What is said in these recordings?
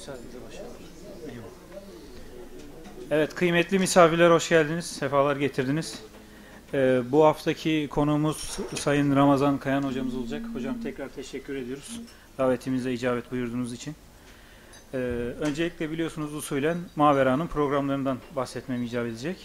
Müsaadenizle başlayalım. Eyvallah. Evet, kıymetli misafirler hoş geldiniz, sefalar getirdiniz. Bu haftaki konuğumuz Sayın Ramazan Kayan hocamız olacak. Hocam tekrar teşekkür ediyoruz davetimize icabet buyurduğunuz için. Öncelikle biliyorsunuz usulen Mavera'nın programlarından bahsetmem icap edecek.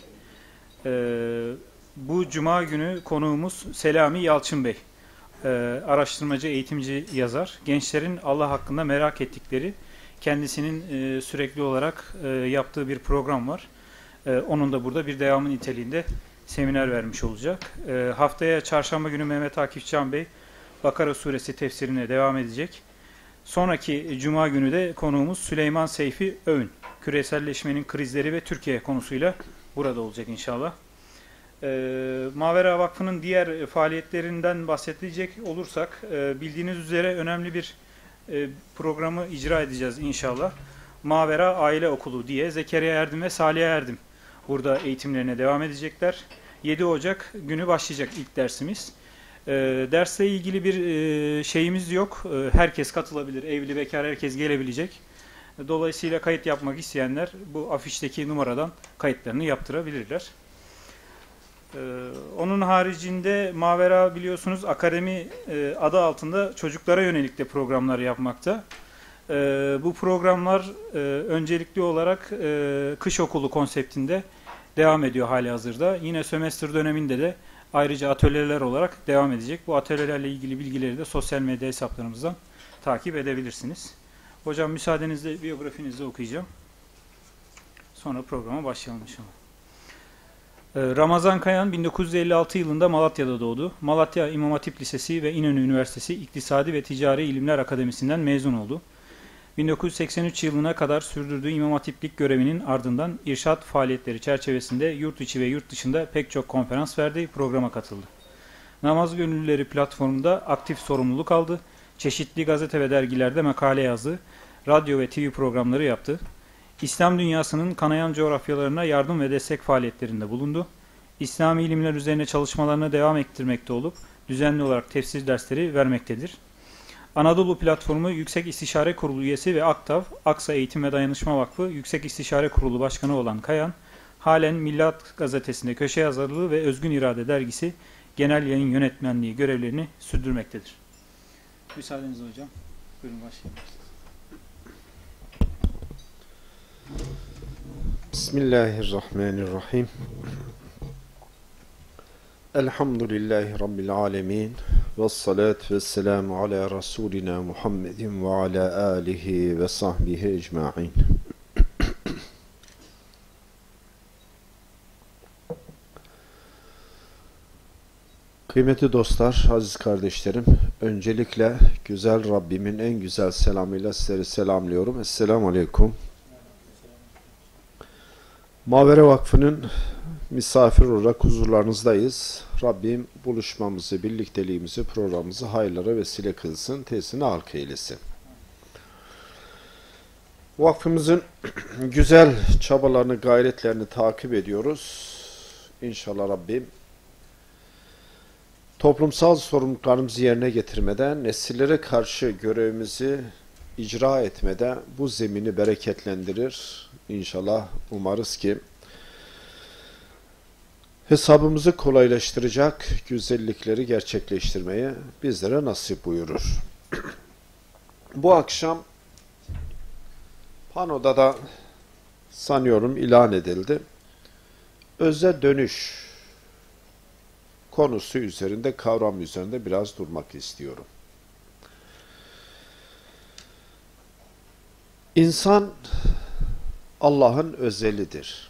Bu cuma günü konuğumuz Selami Yalçın Bey. Araştırmacı, eğitimci, yazar. Gençlerin Allah hakkında merak ettikleri, kendisinin sürekli olarak yaptığı bir program var. Onun da burada bir devamı niteliğinde seminer vermiş olacak. Haftaya çarşamba günü Mehmet Akif Can Bey Bakara suresi tefsirine devam edecek. Sonraki cuma günü de konuğumuz Süleyman Seyfi Öğün. Küreselleşmenin krizleri ve Türkiye konusuyla burada olacak inşallah. Mavera Vakfı'nın diğer faaliyetlerinden bahsedecek olursak bildiğiniz üzere önemli bir programı icra edeceğiz inşallah. Mavera Aile Okulu diye Zekeriya Erdim ve Salih Erdim burada eğitimlerine devam edecekler. 7 Ocak günü başlayacak ilk dersimiz. Dersle ilgili bir şeyimiz yok. Herkes katılabilir, evli bekar herkes gelebilecek. Dolayısıyla kayıt yapmak isteyenler bu afişteki numaradan kayıtlarını yaptırabilirler. Onun haricinde Mavera biliyorsunuz akademi adı altında çocuklara yönelik de programlar yapmakta. Bu programlar öncelikli olarak kış okulu konseptinde devam ediyor hali hazırda. Yine sömestr döneminde de ayrıca atölyeler olarak devam edecek. Bu atölyelerle ilgili bilgileri de sosyal medya hesaplarımızdan takip edebilirsiniz. Hocam müsaadenizle biyografinizi okuyacağım. Sonra programa başlayalım inşallah. Ramazan Kayan 1956 yılında Malatya'da doğdu. Malatya İmam Hatip Lisesi ve İnönü Üniversitesi İktisadi ve Ticari İlimler Akademisi'nden mezun oldu. 1983 yılına kadar sürdürdüğü İmam Hatiplik görevinin ardından irşat faaliyetleri çerçevesinde yurt içi ve yurt dışında pek çok konferans verdi, programa katıldı. Namaz Gönüllüleri platformunda aktif sorumluluk aldı, çeşitli gazete ve dergilerde makale yazdı, radyo ve TV programları yaptı. İslam dünyasının kanayan coğrafyalarına yardım ve destek faaliyetlerinde bulundu. İslami ilimler üzerine çalışmalarına devam ettirmekte olup düzenli olarak tefsir dersleri vermektedir. Anadolu Platformu Yüksek İstişare Kurulu üyesi ve AKTAV, Aksa Eğitim ve Dayanışma Vakfı Yüksek İstişare Kurulu Başkanı olan Kayan, halen Millat Gazetesi'nde köşe yazarlığı ve Özgün İrade Dergisi Genel Yayın Yönetmenliği görevlerini sürdürmektedir. Müsaadenizle hocam. Buyurun başlayalım. Bismillahirrahmanirrahim. Elhamdülillahi Rabbil alemin. Vessalatu vesselamu ala Resulina Muhammedin ve ala alihi ve sahbihi ecma'in. Kıymetli dostlar, aziz kardeşlerim, öncelikle güzel Rabbimin en güzel selamıyla sizleri selamlıyorum. Esselamu aleyküm. Mavera Vakfı'nın misafir olarak huzurlarınızdayız. Rabbim buluşmamızı, birlikteliğimizi, programımızı hayırlara vesile kılsın, tesisine halk eylesin. Vakfımızın güzel çabalarını, gayretlerini takip ediyoruz. İnşallah Rabbim toplumsal sorumluluklarımızı yerine getirmeden, nesillere karşı görevimizi icra etmede bu zemini bereketlendirir. İnşallah umarız ki hesabımızı kolaylaştıracak güzellikleri gerçekleştirmeye bizlere nasip buyurur. Bu akşam panoda da sanıyorum ilan edildi. Özne dönüş konusu üzerinde, kavram üzerinde biraz durmak istiyorum. İnsan Allah'ın özelidir.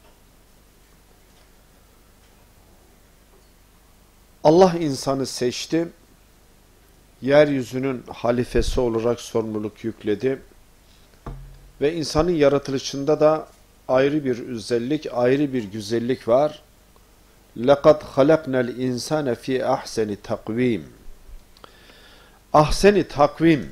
Allah insanı seçti, yeryüzünün halifesi olarak sorumluluk yükledi ve insanın yaratılışında da ayrı bir özellik, ayrı bir güzellik var. لَقَدْ خَلَقْنَا الْاِنْسَانَ فِي اَحْسَنِ تَقْوِيمٍ. Ahsen-i takvim,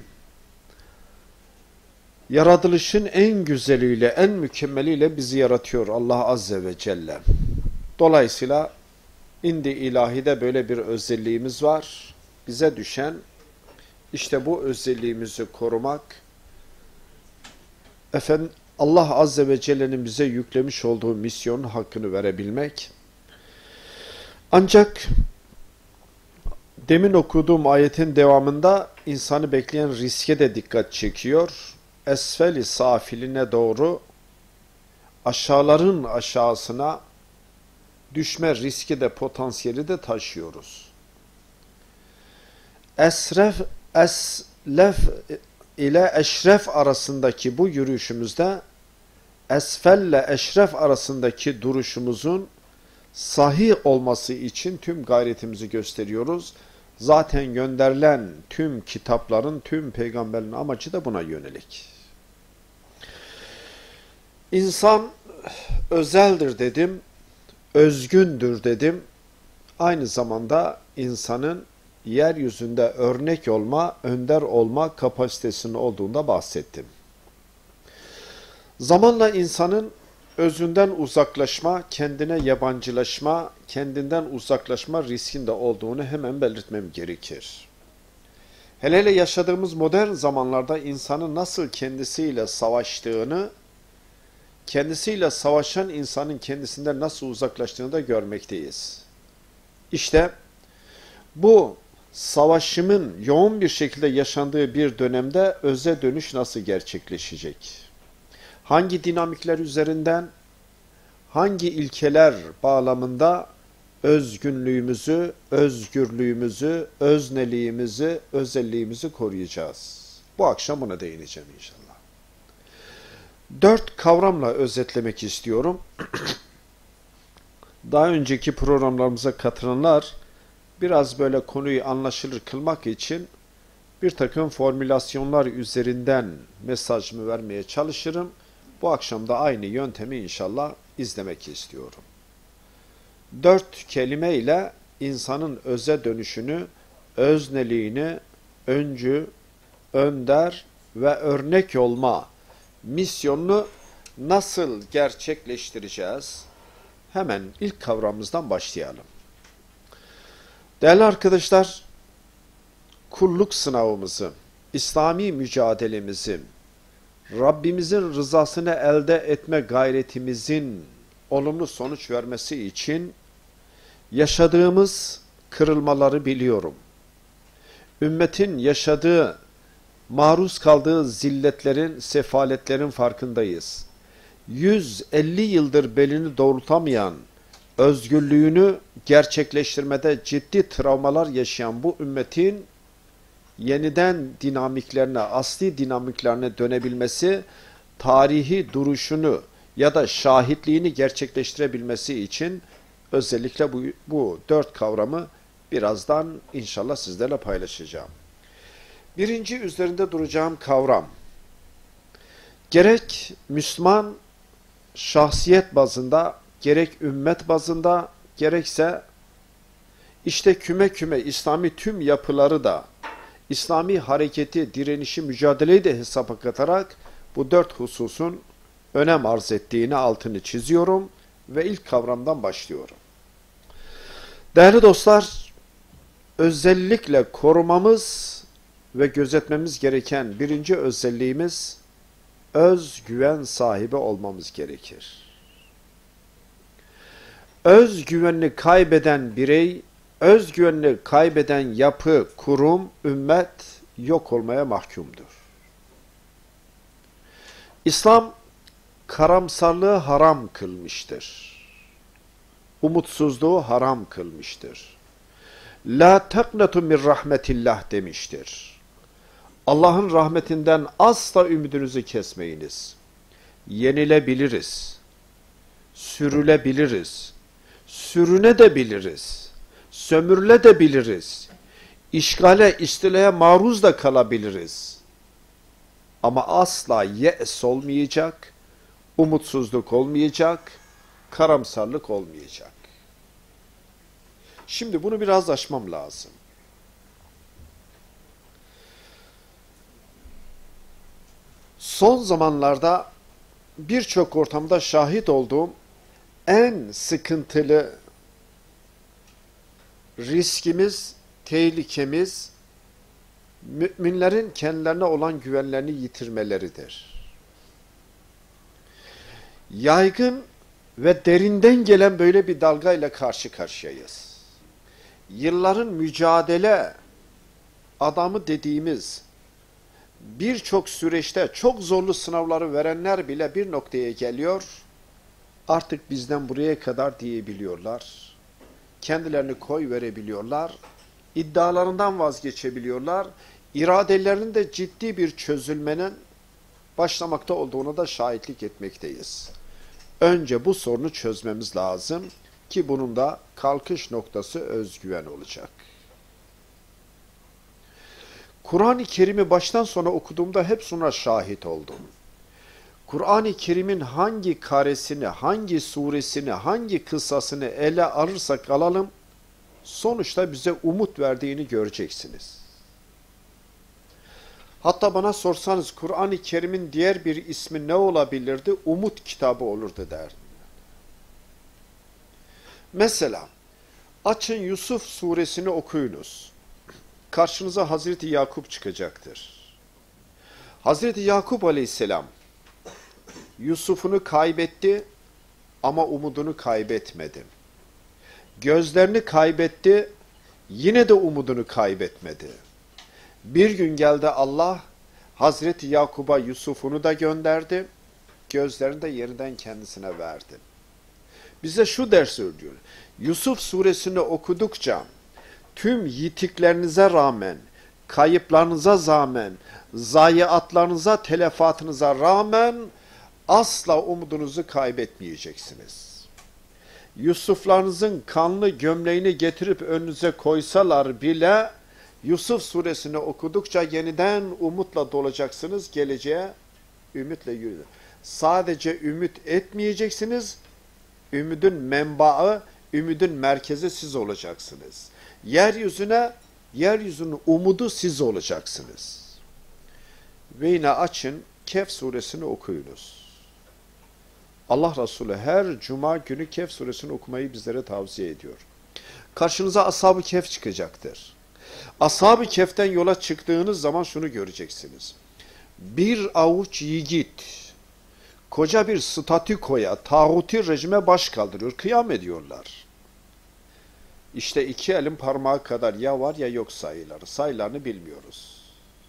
yaratılışın en güzeliyle, en mükemmeliyle bizi yaratıyor Allah Azze ve Celle. Dolayısıyla indi ilahide böyle bir özelliğimiz var. Bize düşen işte bu özelliğimizi korumak, efendim Allah Azze ve Celle'nin bize yüklemiş olduğu misyonun hakkını verebilmek. Ancak demin okuduğum ayetin devamında insanı bekleyen riske de dikkat çekiyor. Esfeli safiline doğru aşağıların aşağısına düşme riski de potansiyeli de taşıyoruz. Eslef ile eşref arasındaki bu yürüyüşümüzde esfelle eşref arasındaki duruşumuzun sahih olması için tüm gayretimizi gösteriyoruz. Zaten gönderilen tüm kitapların, tüm peygamberin amacı da buna yönelik. İnsan özeldir dedim, özgündür dedim. Aynı zamanda insanın yeryüzünde örnek olma, önder olma kapasitesinin olduğunda bahsettim. Zamanla insanın özünden uzaklaşma, kendine yabancılaşma, kendinden uzaklaşma riskinde olduğunu hemen belirtmem gerekir. Hele hele yaşadığımız modern zamanlarda insanın nasıl kendisiyle savaştığını, kendisiyle savaşan insanın kendisinden nasıl uzaklaştığını da görmekteyiz. İşte bu savaşımın yoğun bir şekilde yaşandığı bir dönemde öze dönüş nasıl gerçekleşecek? Hangi dinamikler üzerinden, hangi ilkeler bağlamında özgünlüğümüzü, özgürlüğümüzü, özneliğimizi, özelliğimizi koruyacağız? Bu akşam buna değineceğim inşallah. 4 kavramla özetlemek istiyorum. Daha önceki programlarımıza katılanlar biraz böyle konuyu anlaşılır kılmak için bir takım formülasyonlar üzerinden mesajımı vermeye çalışırım. Bu akşam da aynı yöntemi inşallah izlemek istiyorum. 4 kelime ile insanın öze dönüşünü, özneliğini, öncü, önder ve örnek olma misyonunu nasıl gerçekleştireceğiz? Hemen ilk kavramımızdan başlayalım. Değerli arkadaşlar, kulluk sınavımızı, İslami mücadelemizi, Rabbimizin rızasını elde etme gayretimizin olumlu sonuç vermesi için yaşadığımız kırılmaları biliyorum. Ümmetin yaşadığı, maruz kaldığı zilletlerin, sefaletlerin farkındayız. 150 yıldır belini doğrultamayan, özgürlüğünü gerçekleştirmede ciddi travmalar yaşayan bu ümmetin yeniden dinamiklerine, asli dinamiklerine dönebilmesi, tarihi duruşunu ya da şahitliğini gerçekleştirebilmesi için özellikle bu 4 kavramı birazdan inşallah sizlerle paylaşacağım. Birinci üzerinde duracağım kavram, gerek Müslüman şahsiyet bazında, gerek ümmet bazında, gerekse işte küme küme İslami tüm yapıları da, İslami hareketi, direnişi, mücadeleyi de hesaba katarak bu 4 hususun önem arz ettiğini altını çiziyorum ve ilk kavramdan başlıyorum. Değerli dostlar, özellikle korumamız ve gözetmemiz gereken birinci özelliğimiz özgüven sahibi olmamız gerekir. Özgüvenini kaybeden birey, özgüvenini kaybeden yapı, kurum, ümmet yok olmaya mahkumdur. İslam karamsarlığı haram kılmıştır. Umutsuzluğu haram kılmıştır. La teknetu min rahmetillah demiştir. Allah'ın rahmetinden asla ümidinizi kesmeyiniz. Yenilebiliriz, sürülebiliriz, sürünebiliriz, sömürülebiliriz, işgale, istilaya maruz da kalabiliriz. Ama asla ye's olmayacak, umutsuzluk olmayacak, karamsarlık olmayacak. Şimdi bunu biraz açmam lazım. Son zamanlarda birçok ortamda şahit olduğum en sıkıntılı riskimiz, tehlikemiz, müminlerin kendilerine olan güvenlerini yitirmeleridir. yaygın ve derinden gelen böyle bir dalgayla karşı karşıyayız. Yılların mücadele adamı dediğimiz birçok süreçte çok zorlu sınavları verenler bile bir noktaya geliyor. Artık bizden buraya kadar diyebiliyorlar. Kendilerini koy verebiliyorlar. İddialarından vazgeçebiliyorlar. İradelerinin de ciddi bir çözülmenin başlamakta olduğunu da şahitlik etmekteyiz. Önce bu sorunu çözmemiz lazım ki bunun da kalkış noktası özgüven olacak. Kur'an-ı Kerim'i baştan sona okuduğumda hep şuna şahit oldum. Kur'an-ı Kerim'in hangi karesini, hangi suresini, hangi kıssasını ele alırsak alalım, sonuçta bize umut verdiğini göreceksiniz. Hatta bana sorsanız Kur'an-ı Kerim'in diğer bir ismi ne olabilirdi? Umut kitabı olurdu derdim. Mesela açın Yusuf suresini okuyunuz. Karşınıza Hazreti Yakup çıkacaktır. Hazreti Yakup aleyhisselam Yusuf'unu kaybetti ama umudunu kaybetmedi. Gözlerini kaybetti, yine de umudunu kaybetmedi. Bir gün geldi Allah, Hazreti Yakup'a Yusuf'unu da gönderdi, gözlerini de yeniden kendisine verdi. Bize şu ders söylüyor, Yusuf suresini okudukça, tüm yitiklerinize rağmen, kayıplarınıza rağmen, zayiatlarınıza, telefatınıza rağmen, asla umudunuzu kaybetmeyeceksiniz. Yusuflarınızın kanlı gömleğini getirip önünüze koysalar bile, Yusuf suresini okudukça yeniden umutla dolacaksınız, geleceğe ümitle yürüyün. Sadece ümit etmeyeceksiniz, ümidin menbaı, ümidin merkezi siz olacaksınız. Yeryüzünün umudu siz olacaksınız. Ve yine açın, Kehf suresini okuyunuz. Allah Resulü her cuma günü Kehf suresini okumayı bizlere tavsiye ediyor. Karşınıza Ashab-ı Kehf çıkacaktır. Ashab-ı Kehf'ten yola çıktığınız zaman şunu göreceksiniz. Bir avuç yiğit, koca bir statükoya, tağuti rejime baş kaldırıyor, kıyam ediyorlar. İşte iki elin parmağı kadar ya var ya yok sayıları. Sayılarını bilmiyoruz.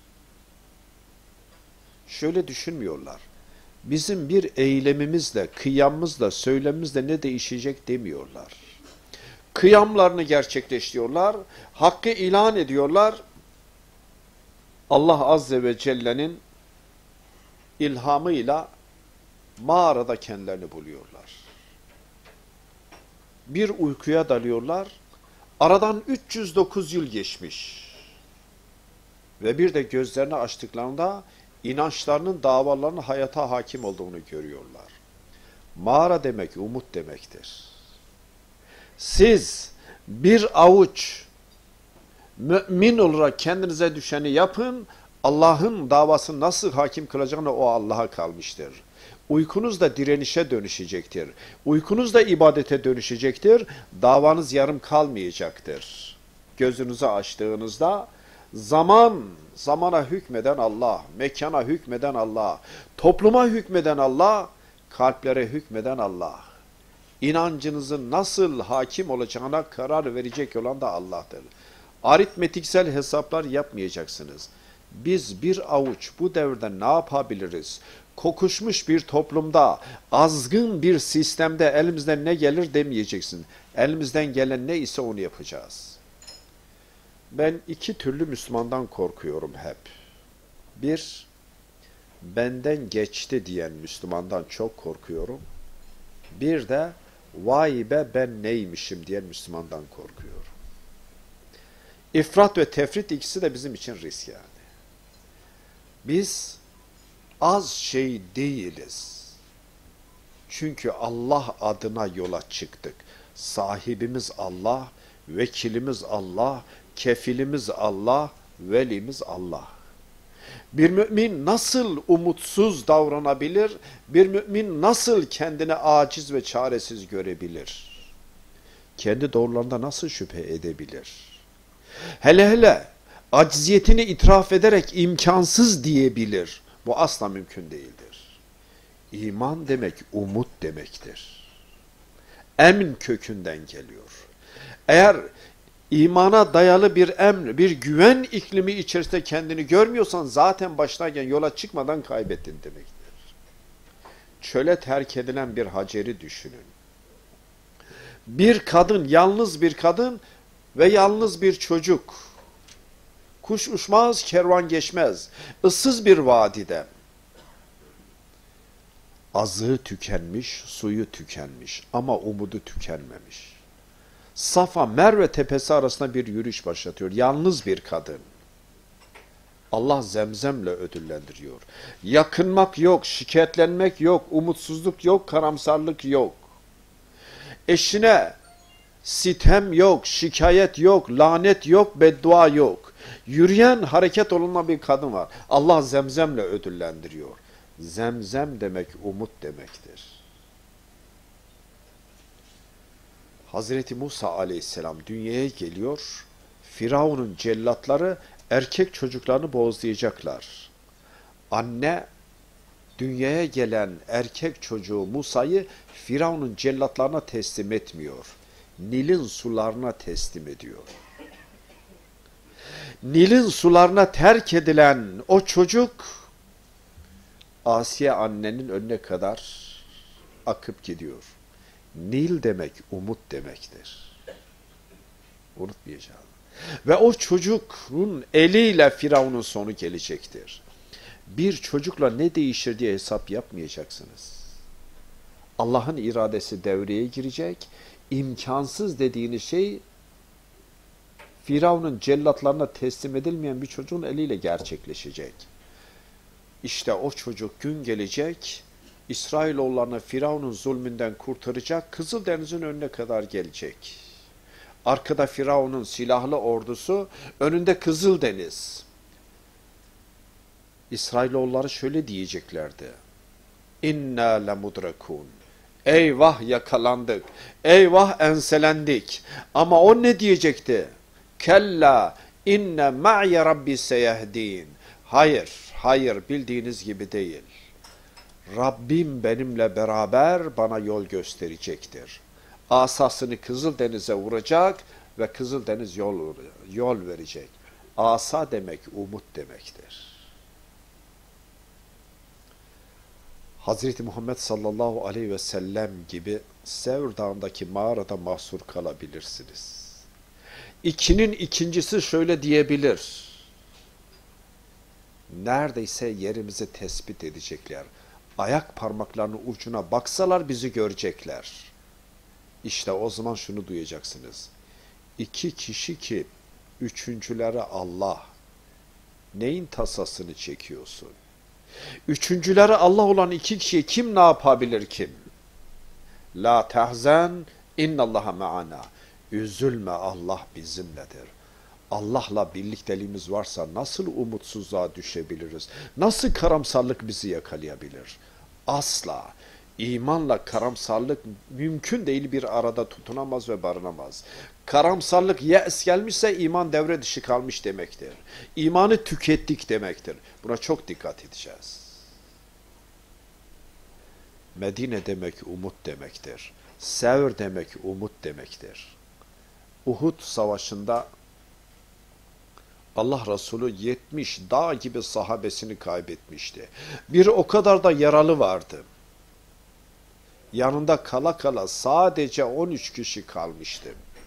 Şöyle düşünmüyorlar. Bizim bir eylemimizle, kıyamımızla, söylemimizle ne değişecek demiyorlar. Kıyamlarını gerçekleştiriyorlar, hakkı ilan ediyorlar. Allah Azze ve Celle'nin ilhamıyla mağarada kendilerini buluyorlar. Bir uykuya dalıyorlar. Aradan 309 yıl geçmiş. Ve bir de gözlerini açtıklarında inançlarının, davalarının hayata hakim olduğunu görüyorlar. Mağara demek umut demektir. Siz bir avuç mümin olarak kendinize düşeni yapın, Allah'ın davasını nasıl hakim kılacağını o Allah'a kalmıştır. Uykunuz da direnişe dönüşecektir. Uykunuz da ibadete dönüşecektir. Davanız yarım kalmayacaktır. Gözünüzü açtığınızda zamana hükmeden Allah, mekana hükmeden Allah, topluma hükmeden Allah, kalplere hükmeden Allah. İnancınızın nasıl hakim olacağına karar verecek olan da Allah'tır. Aritmetiksel hesaplar yapmayacaksınız. Biz bir avuç bu devirde ne yapabiliriz? Kokuşmuş bir toplumda, azgın bir sistemde elimizden ne gelir demeyeceksin. Elimizden gelen ne ise onu yapacağız. Ben iki türlü Müslümandan korkuyorum hep. Bir, benden geçti diyen Müslümandan çok korkuyorum. Bir de vay be ben neymişim diyen Müslümandan korkuyorum. İfrat ve tefrit ikisi de bizim için risk yani. Biz az şey değiliz. Çünkü Allah adına yola çıktık. Sahibimiz Allah, vekilimiz Allah, kefilimiz Allah, velimiz Allah. Bir mümin nasıl umutsuz davranabilir? Bir mümin nasıl kendini aciz ve çaresiz görebilir? Kendi doğrularında nasıl şüphe edebilir? Hele hele acziyetini itiraf ederek imkansız diyebilir. Bu asla mümkün değildir. İman demek umut demektir. Emn kökünden geliyor. Eğer imana dayalı bir emn, bir güven iklimi içerisinde kendini görmüyorsan zaten başlarken yola çıkmadan kaybettin demektir. Çöle terk edilen bir Hacer'i düşünün. Bir kadın, yalnız bir kadın ve yalnız bir çocuk. Kuş uçmaz, kervan geçmez. Issız bir vadide. Azığı tükenmiş, suyu tükenmiş ama umudu tükenmemiş. Safa, Merve tepesi arasında bir yürüyüş başlatıyor. Yalnız bir kadın. Allah zemzemle ödüllendiriyor. Yakınmak yok, şikayetlenmek yok, umutsuzluk yok, karamsarlık yok. Eşine sitem yok, şikayet yok, lanet yok, beddua yok. Yürüyen, hareket olunan bir kadın var. Allah zemzemle ödüllendiriyor. Zemzem demek umut demektir. Hazreti Musa aleyhisselam dünyaya geliyor. Firavun'un cellatları erkek çocuklarını boğazlayacaklar. Anne dünyaya gelen erkek çocuğu Musa'yı Firavun'un cellatlarına teslim etmiyor. Nil'in sularına teslim ediyor. Nil'in sularına terk edilen o çocuk Asiye annenin önüne kadar akıp gidiyor. Nil demek umut demektir. Unutmayacağım. Ve o çocuğun eliyle Firavun'un sonu gelecektir. Bir çocukla ne değişir diye hesap yapmayacaksınız. Allah'ın iradesi devreye girecek. İmkansız dediğiniz şey Firavun'un cellatlarına teslim edilmeyen bir çocuğun eliyle gerçekleşecek. İşte o çocuk gün gelecek, İsrailoğullarını Firavun'un zulmünden kurtaracak, Kızıldeniz'in önüne kadar gelecek. Arkada Firavun'un silahlı ordusu, önünde Kızıldeniz. İsrailoğulları şöyle diyeceklerdi. İnna lemudrakun. Eyvah yakalandık. Eyvah enselendik. Ama o ne diyecekti? Kella inne ma'ye rabbi seyehdin. Hayır, hayır bildiğiniz gibi değil. Rabbim benimle beraber bana yol gösterecektir. Asasını Kızıldeniz'e vuracak ve Kızıldeniz yol verecek. Asa demek umut demektir. Hazreti Muhammed sallallahu aleyhi ve sellem gibi Sevr Dağı'ndaki mağarada mahsur kalabilirsiniz. İkinin ikincisi şöyle diyebilir. Neredeyse yerimizi tespit edecekler. Ayak parmaklarının ucuna baksalar bizi görecekler. İşte o zaman şunu duyacaksınız. İki kişi ki üçüncüleri Allah. Neyin tasasını çekiyorsun? Üçüncüleri Allah olan iki kişiyi kim ne yapabilir kim? La tahzen innallaha ma'ana. Üzülme Allah bizimledir. Allah'la birlikteliğimiz varsa nasıl umutsuzluğa düşebiliriz? Nasıl karamsarlık bizi yakalayabilir? Asla. İmanla karamsarlık mümkün değil, bir arada tutunamaz ve barınamaz. Karamsarlık ye's gelmişse iman devre dışı kalmış demektir. İmanı tükettik demektir. Buna çok dikkat edeceğiz. Medine demek umut demektir. Sevr demek umut demektir. Uhud savaşında Allah Resulü 70 dağ gibi sahabesini kaybetmişti. Bir o kadar da yaralı vardı. Yanında kala kala sadece 13 kişi kalmıştı.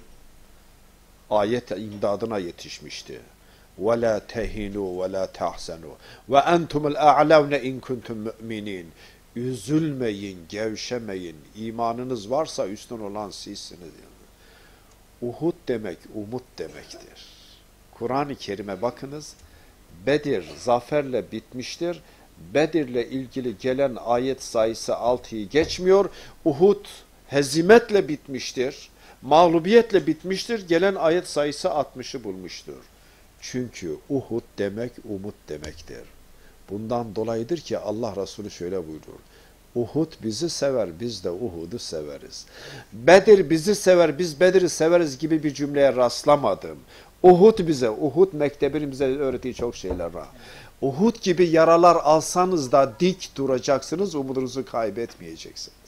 Ayet imdadına yetişmişti. وَلَا تَهِنُوا وَلَا تَحْزَنُوا وَاَنْتُمُ الْاَعْلَوْنَ اِنْ كُنْتُمْ مُؤْمِنِينَ. Üzülmeyin, gevşemeyin. İmanınız varsa üstün olan sizsiniz. Uhud demek umut demektir. Kur'an-ı Kerim'e bakınız. Bedir zaferle bitmiştir. Bedir'le ilgili gelen ayet sayısı 6'yı geçmiyor. Uhud hezimetle bitmiştir. Mağlubiyetle bitmiştir. Gelen ayet sayısı 60'ı bulmuştur. Çünkü Uhud demek umut demektir. Bundan dolayıdır ki Allah Resulü şöyle buyurur. Uhud bizi sever, biz de Uhud'u severiz. Bedir bizi sever, biz Bedir'i severiz gibi bir cümleye rastlamadım. Uhud bize, Uhud mektebinin bize öğrettiği çok şeyler var. Uhud gibi yaralar alsanız da dik duracaksınız, umudunuzu kaybetmeyeceksiniz.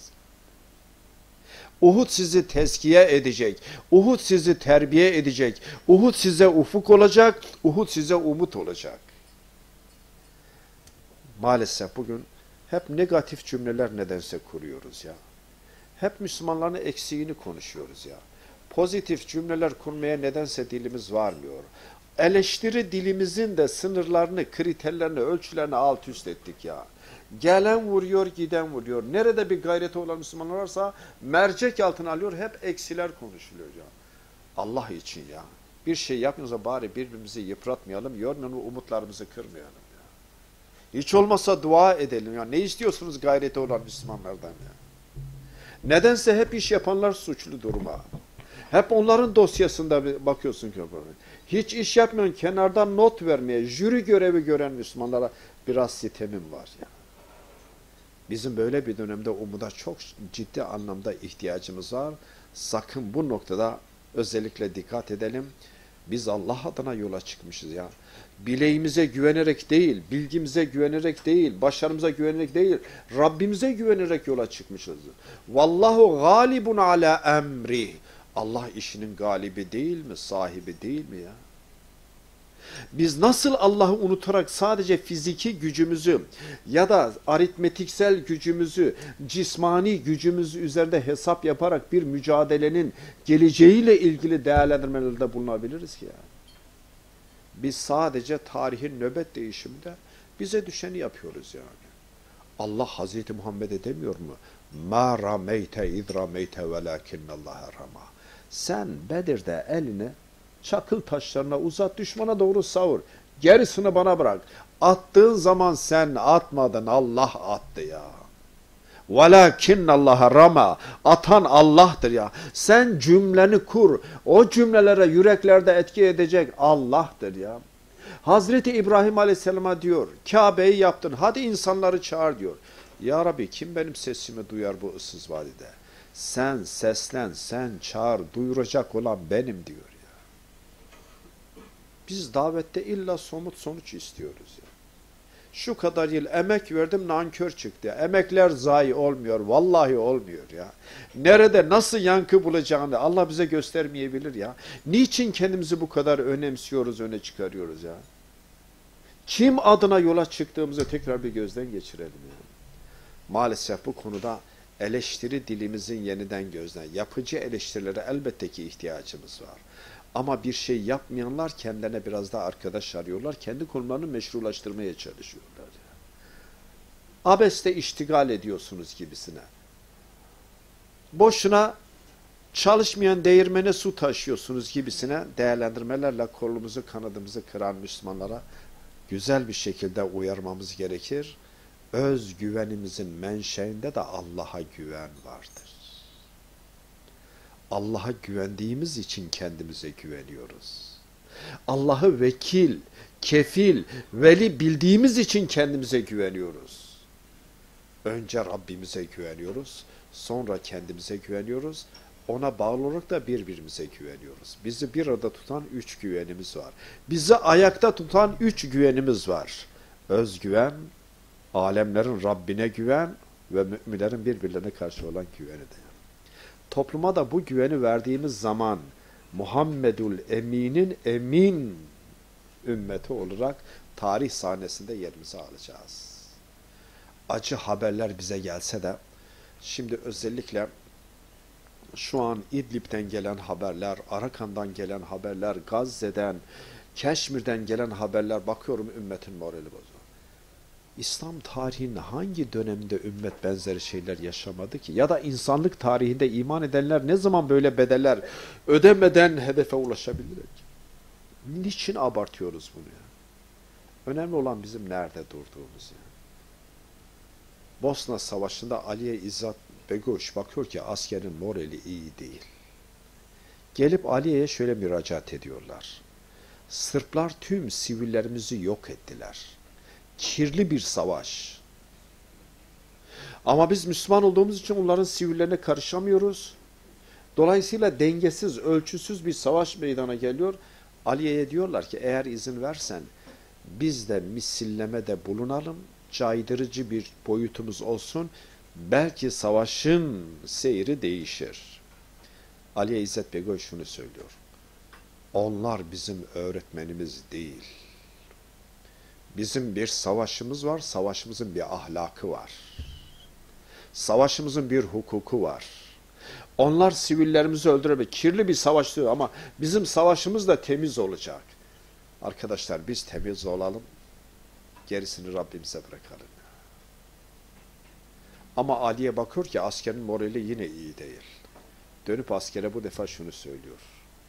Uhud sizi tezkiye edecek, Uhud sizi terbiye edecek, Uhud size ufuk olacak, Uhud size umut olacak. Maalesef bugün hep negatif cümleler nedense kuruyoruz ya. Hep Müslümanların eksiğini konuşuyoruz ya. Pozitif cümleler kurmaya nedense dilimiz varmıyor. Eleştiri dilimizin de sınırlarını, kriterlerini, ölçülerini alt üst ettik ya. Gelen vuruyor, giden vuruyor. Nerede bir gayreti olan Müslümanlar varsa mercek altına alıyor, hep eksiler konuşuluyor ya. Allah için ya. Bir şey yapmıyorsa bari birbirimizi yıpratmayalım, yormayalım, umutlarımızı kırmayalım ya. Hiç olmazsa dua edelim ya. Ne istiyorsunuz gayreti olan Müslümanlardan ya? Nedense hep iş yapanlar suçlu duruma. Hep onların dosyasında bakıyorsun ki hiç iş yapmayan, kenardan not vermeye, jüri görevi gören Müslümanlara biraz sitemim var ya. Bizim böyle bir dönemde umuda çok ciddi anlamda ihtiyacımız var. Sakın bu noktada özellikle dikkat edelim. Biz Allah adına yola çıkmışız ya. Bileğimize güvenerek değil, bilgimize güvenerek değil, başarımıza güvenerek değil, Rabbimize güvenerek yola çıkmışız. Vallahu galibun ala emri. Allah işinin galibi değil mi, sahibi değil mi ya? Biz nasıl Allah'ı unutarak sadece fiziki gücümüzü ya da aritmetiksel gücümüzü, cismani gücümüzü üzerinde hesap yaparak bir mücadelenin geleceğiyle ilgili değerlendirmelerde bulunabiliriz ki ya? Biz sadece tarihin nöbet değişiminde bize düşeni yapıyoruz yani. Allah Hazreti Muhammed'e demiyor mu? مَا رَمَيْتَ اِذْ رَمَيْتَ وَلَاكِنَّ اللّٰهَ رَمَى. Sen Bedir'de elini çakıl taşlarına uzat, düşmana doğru savur. Gerisini bana bırak. Attığın zaman sen atmadın, Allah attı ya. وَلَاكِنَّ اللّٰهَ رَمَى. Atan Allah'tır ya. Sen cümleni kur. O cümlelere yüreklerde etki edecek Allah'tır ya. Hazreti İbrahim Aleyhisselam'a diyor, Kabe'yi yaptın, hadi insanları çağır diyor. Ya Rabbi, kim benim sesimi duyar bu ıssız vadide? Sen seslen, sen çağır, duyuracak olan benim diyor ya. Biz davette illa somut sonuç istiyoruz ya. Şu kadar yıl emek verdim, nankör çıktı. Emekler zayi olmuyor, vallahi olmuyor ya. Nerede, nasıl yankı bulacağını Allah bize göstermeyebilir ya. Niçin kendimizi bu kadar önemsiyoruz, öne çıkarıyoruz ya? Kim adına yola çıktığımızı tekrar bir gözden geçirelim ya. Maalesef bu konuda eleştiri dilimizin yeniden gözden, yapıcı eleştirilere elbette ki ihtiyacımız var. Ama bir şey yapmayanlar kendilerine biraz daha arkadaş arıyorlar, kendi konularını meşrulaştırmaya çalışıyorlar. Abeste iştigal ediyorsunuz gibisine. Boşuna çalışmayan değirmene su taşıyorsunuz gibisine değerlendirmelerle kolumuzu kanadımızı kıran Müslümanlara güzel bir şekilde uyarmamız gerekir. Özgüvenimizin menşeinde de Allah'a güven vardır. Allah'a güvendiğimiz için kendimize güveniyoruz. Allah'ı vekil, kefil, veli bildiğimiz için kendimize güveniyoruz. Önce Rabbimize güveniyoruz, sonra kendimize güveniyoruz. Ona bağlı olarak da birbirimize güveniyoruz. Bizi bir arada tutan 3 güvenimiz var. Bizi ayakta tutan 3 güvenimiz var. Özgüven, alemlerin Rabbine güven ve müminlerin birbirlerine karşı olan güvenidir. Topluma da bu güveni verdiğimiz zaman Muhammedül Emin'in emin ümmeti olarak tarih sahnesinde yerimizi alacağız. Acı haberler bize gelse de şimdi özellikle şu an İdlib'den gelen haberler, Arakan'dan gelen haberler, Gazze'den, Keşmir'den gelen haberler, bakıyorum ümmetin morali bozuyor. İslam tarihinin hangi döneminde ümmet benzeri şeyler yaşamadı ki? Ya da insanlık tarihinde iman edenler ne zaman böyle bedeller ödemeden hedefe ulaşabilir? Niçin abartıyoruz bunu ya? Önemli olan bizim nerede durduğumuz ya. Bosna Savaşı'nda Aliye İzzet Begoş bakıyor ki askerin morali iyi değil. Gelip Aliye'ye şöyle müracaat ediyorlar. Sırplar tüm sivillerimizi yok ettiler. Kirli bir savaş. Ama biz Müslüman olduğumuz için onların sivillerine karışamıyoruz. Dolayısıyla dengesiz, ölçüsüz bir savaş meydana geliyor. Aliye'ye diyorlar ki eğer izin versen biz de misillemede bulunalım, caydırıcı bir boyutumuz olsun, belki savaşın seyri değişir. Aliye İzzet Begoy şunu söylüyor: onlar bizim öğretmenimiz değil. Bizim bir savaşımız var, savaşımızın bir ahlakı var. Savaşımızın bir hukuku var. Onlar sivillerimizi öldürebilir, kirli bir savaş diyor ama bizim savaşımız da temiz olacak. Arkadaşlar biz temiz olalım, gerisini Rabbimize bırakalım. Ama Ali'ye bakıyor ki askerin morali yine iyi değil. Dönüp askere bu defa şunu söylüyor: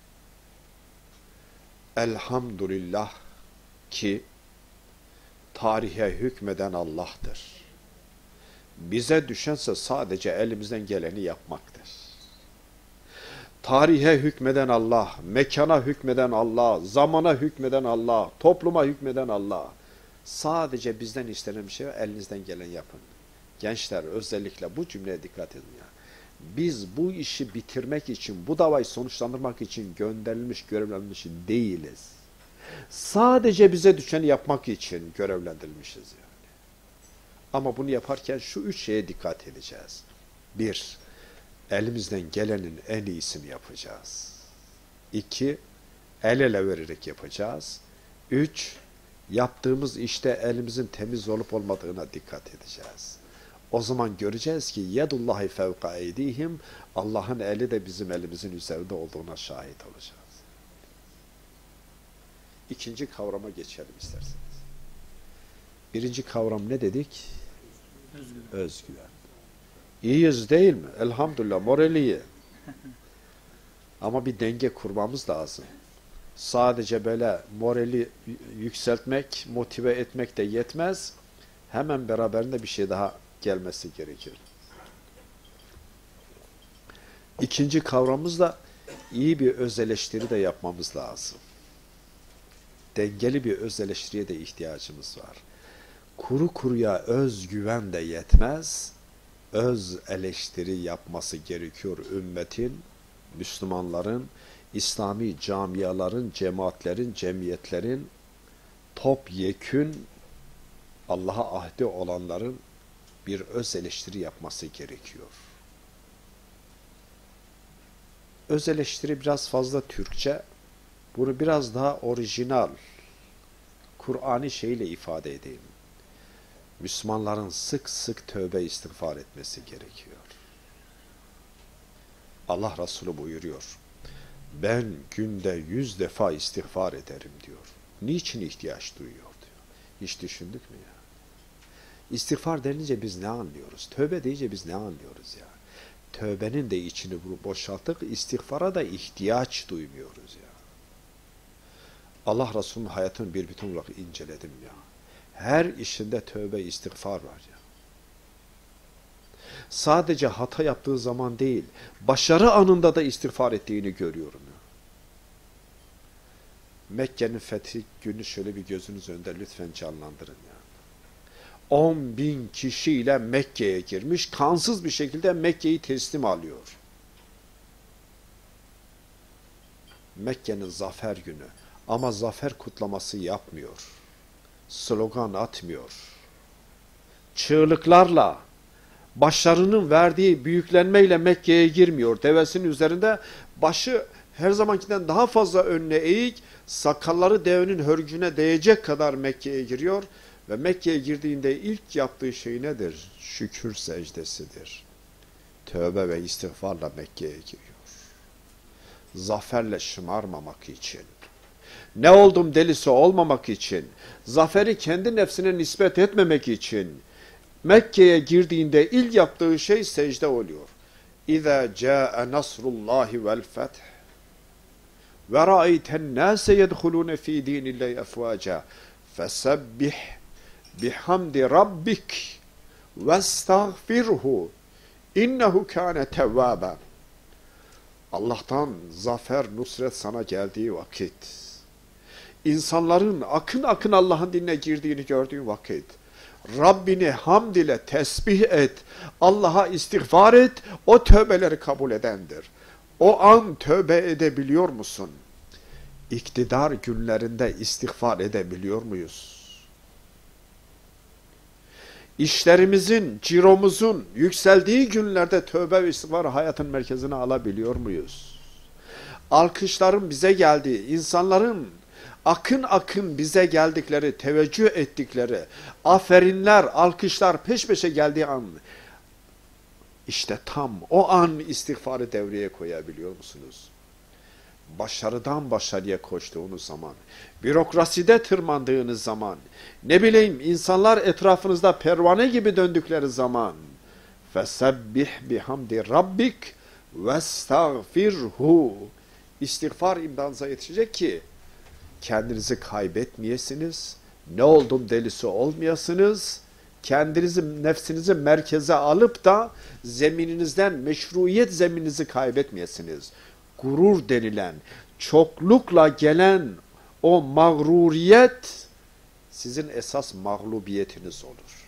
elhamdülillah ki tarihe hükmeden Allah'tır. Bize düşense sadece elimizden geleni yapmaktır. Tarihe hükmeden Allah, mekana hükmeden Allah, zamana hükmeden Allah, topluma hükmeden Allah. Sadece bizden istenen bir şey var, elinizden geleni yapın. Gençler özellikle bu cümleye dikkat edin ya. Biz bu işi bitirmek için, bu davayı sonuçlandırmak için gönderilmiş, görevlenmiş değiliz. Sadece bize düşeni yapmak için görevlendirilmişiz yani. Ama bunu yaparken şu üç şeye dikkat edeceğiz. Bir, elimizden gelenin en iyisini yapacağız. İki, el ele vererek yapacağız. Üç, yaptığımız işte elimizin temiz olup olmadığına dikkat edeceğiz. O zaman göreceğiz ki yedullahi fevka eydihim, Allah'ın eli de bizim elimizin üzerinde olduğuna şahit olacağız. İkinci kavrama geçelim isterseniz. Birinci kavram ne dedik? Özgüven. Özgüven. İyiyiz değil mi? Elhamdülillah, morali iyi. Ama bir denge kurmamız lazım. Sadece böyle morali yükseltmek, motive etmek de yetmez. Hemen beraberinde bir şey daha gelmesi gerekir. İkinci kavramımız da iyi bir öz eleştiri de yapmamız lazım. Dengeli bir öz eleştiriye de ihtiyacımız var. Kuru kuruya özgüven de yetmez. Öz eleştiri yapması gerekiyor ümmetin, Müslümanların, İslami camiaların, cemaatlerin, cemiyetlerin, topyekün Allah'a ahdi olanların bir öz eleştiri yapması gerekiyor. Öz eleştiri biraz fazla Türkçe, bunu biraz daha orijinal, Kur'ani şeyle ifade edeyim. Müslümanların sık sık tövbe istiğfar etmesi gerekiyor. Allah Resulü buyuruyor: ben günde 100 defa istiğfar ederim diyor. Niçin ihtiyaç duyuyor diyor. Hiç düşündük mü ya? İstiğfar denince biz ne anlıyoruz? Tövbe deyince biz ne anlıyoruz ya? Tövbenin de içini boşalttık, istiğfara da ihtiyaç duymuyoruz ya. Allah Resulü'nün hayatını bir bütün olarak inceledim ya. Her işinde tövbe, istiğfar var ya. Sadece hata yaptığı zaman değil, başarı anında da istiğfar ettiğini görüyorum ya. Mekke'nin fethi günü şöyle bir gözünüz önünde lütfen canlandırın ya. 10.000 kişiyle Mekke'ye girmiş, kansız bir şekilde Mekke'yi teslim alıyor. Mekke'nin zafer günü. Ama zafer kutlaması yapmıyor. Slogan atmıyor. Çığlıklarla, başlarının verdiği büyüklenmeyle Mekke'ye girmiyor. Devesinin üzerinde başı her zamankinden daha fazla önüne eğik, sakalları devenin hörgüne değecek kadar Mekke'ye giriyor. Ve Mekke'ye girdiğinde ilk yaptığı şey nedir? Şükür secdesidir. Tövbe ve istiğfarla Mekke'ye giriyor. Zaferle şımarmamak için. Ne oldum delisi olmamak için. Zaferi kendi nefsine nispet etmemek için. Mekke'ye girdiğinde ilk yaptığı şey secde oluyor. İza caa nasrullahi vel feth ve ra'ayten nase yedhulun fi dinillahi efvaca fesebbih bihamdi rabbik vestağfirhu innehu kâne tevvâben. Allah'tan zafer, nusret sana geldiği vakit, insanların akın akın Allah'ın dinine girdiğini gördüğün vakit, Rabbini hamd ile tesbih et, Allah'a istiğfar et, o tövbeleri kabul edendir. O an tövbe edebiliyor musun? iktidar günlerinde istiğfar edebiliyor muyuz? İşlerimizin, ciromuzun yükseldiği günlerde tövbe ve istiğfar hayatın merkezine alabiliyor muyuz? Alkışların bize geldiği, insanların akın akın bize geldikleri, teveccüh ettikleri, aferinler, alkışlar peş peşe geldiği an, işte tam o an istiğfarı devreye koyabiliyor musunuz? Başarıdan başarıya koştuğunuz zaman, bürokraside tırmandığınız zaman, ne bileyim insanlar etrafınızda pervane gibi döndükleri zaman, فَسَبِّحْ بِحَمْدِ رَبِّكْ وَاسْتَغْفِرْهُ. İstiğfar imdanıza yetişecek ki kendinizi kaybetmeyesiniz, ne oldum delisi olmayasınız, kendinizi, nefsinizi merkeze alıp da zemininizden, meşruiyet zemininizi kaybetmeyesiniz. Gurur denilen, çoklukla gelen o mağruriyet sizin esas mağlubiyetiniz olur.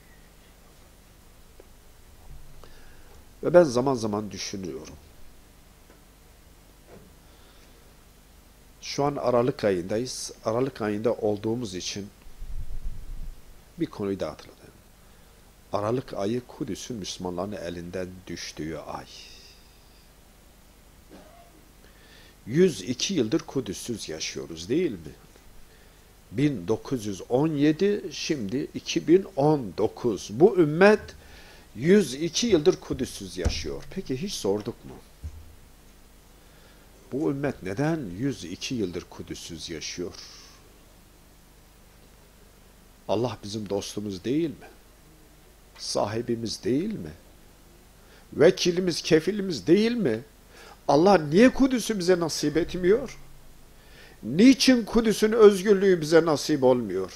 Ve ben zaman zaman düşünüyorum. Şu an Aralık ayındayız. Aralık ayında olduğumuz için bir konuyu da hatırladım. Aralık ayı Kudüs'ün Müslümanların elinden düştüğü ay. 102 yıldır Kudüs'süz yaşıyoruz değil mi? 1917, şimdi 2019. Bu ümmet 102 yıldır Kudüs'süz yaşıyor. Peki hiç sorduk mu? Bu ümmet neden 102 yıldır Kudüs'süz yaşıyor? Allah bizim dostumuz değil mi? Sahibimiz değil mi? Vekilimiz, kefilimiz değil mi? Allah niye Kudüs'ü bize nasip etmiyor? Niçin Kudüs'ün özgürlüğü bize nasip olmuyor?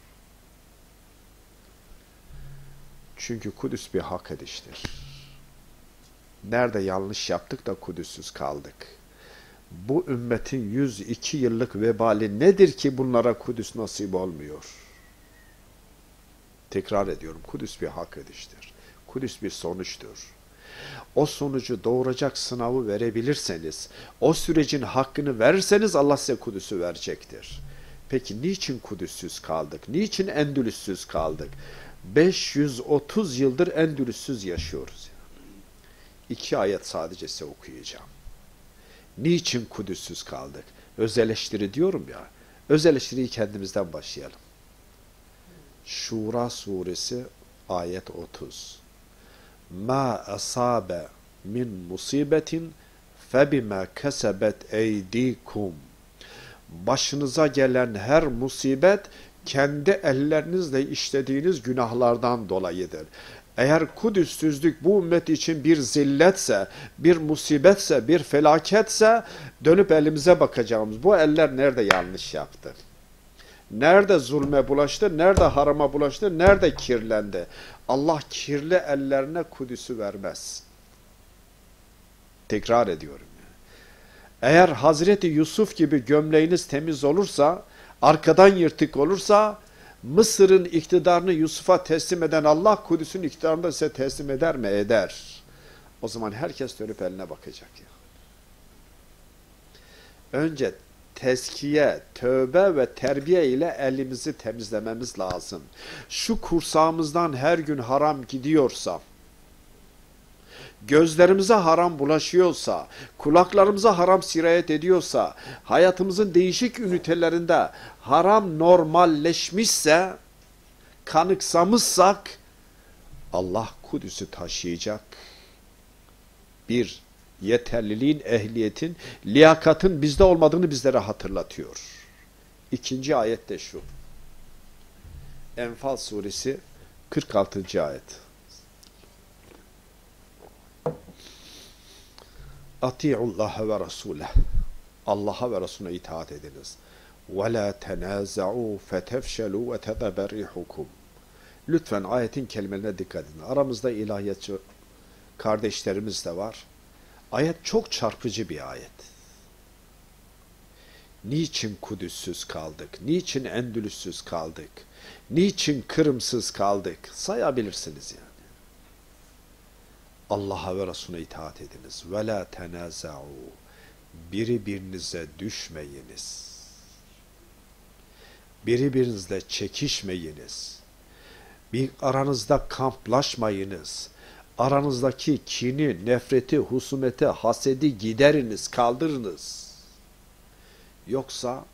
Çünkü Kudüs bir hak ediştir. Nerede yanlış yaptık da Kudüs'süz kaldık? Bu ümmetin 102 yıllık vebali nedir ki bunlara Kudüs nasip olmuyor? Tekrar ediyorum, Kudüs bir hak ediştir. Kudüs bir sonuçtur. O sonucu doğuracak sınavı verebilirseniz, o sürecin hakkını verirseniz Allah size Kudüs'ü verecektir. Peki niçin Kudüs'süz kaldık? Niçin Endülüs'süz kaldık? 530 yıldır Endülüs'süz yaşıyoruz. 2 ayet sadece size okuyacağım. Niçin Kudüs'süz kaldık? Öz eleştiri diyorum ya. Öz eleştiriyi kendimizden başlayalım. Şura suresi ayet 30. Ma asabe min musibetin febima kesebet eydikum. Başınıza gelen her musibet kendi ellerinizle işlediğiniz günahlardan dolayıdır. Eğer Kudüs'süzlük bu ümmet için bir zilletse, bir musibetse, bir felaketse dönüp elimize bakacağımız bu eller nerede yanlış yaptı? Nerede zulme bulaştı, nerede harama bulaştı, nerede kirlendi? Allah kirli ellerine Kudüs'ü vermez. Tekrar ediyorum. Eğer Hazreti Yusuf gibi gömleğiniz temiz olursa, arkadan yırtık olursa, Mısır'ın iktidarını Yusuf'a teslim eden Allah, Kudüs'ün iktidarını da size teslim eder mi? Eder. O zaman herkes dönüp eline bakacak ya. Önce tezkiye, tövbe ve terbiye ile elimizi temizlememiz lazım. Şu kursağımızdan her gün haram gidiyorsa, gözlerimize haram bulaşıyorsa, kulaklarımıza haram sirayet ediyorsa, hayatımızın değişik ünitelerinde haram normalleşmişse, kanıksamışsak, Allah Kudüs'ü taşıyacak. Bir, yeterliliğin, ehliyetin, liyakatın bizde olmadığını bizlere hatırlatıyor. İkinci ayet de şu. Enfal suresi 46. ayet. Ati'ullaha ve Rasuleh. Allah'a ve Resulüne itaat ediniz. Ve la tenaza'u fetefşelu ve tedeberrihukum. Lütfen ayetin kelimelerine dikkat edin. Aramızda ilahiyatçı kardeşlerimiz de var. Ayet çok çarpıcı bir ayet. Niçin Kudüs'süz kaldık? Niçin Endülüs'süz kaldık? Niçin Kırım'sız kaldık? Sayabilirsiniz yani. Allah'a ve Resulüne itaat ediniz. Ve la tenaza'u. birbirinize düşmeyiniz. Birbirinizle çekişmeyiniz. Aranızda kamplaşmayınız. Aranızdaki kini, nefreti, husumeti, hasedi gideriniz, kaldırınız. Yoksa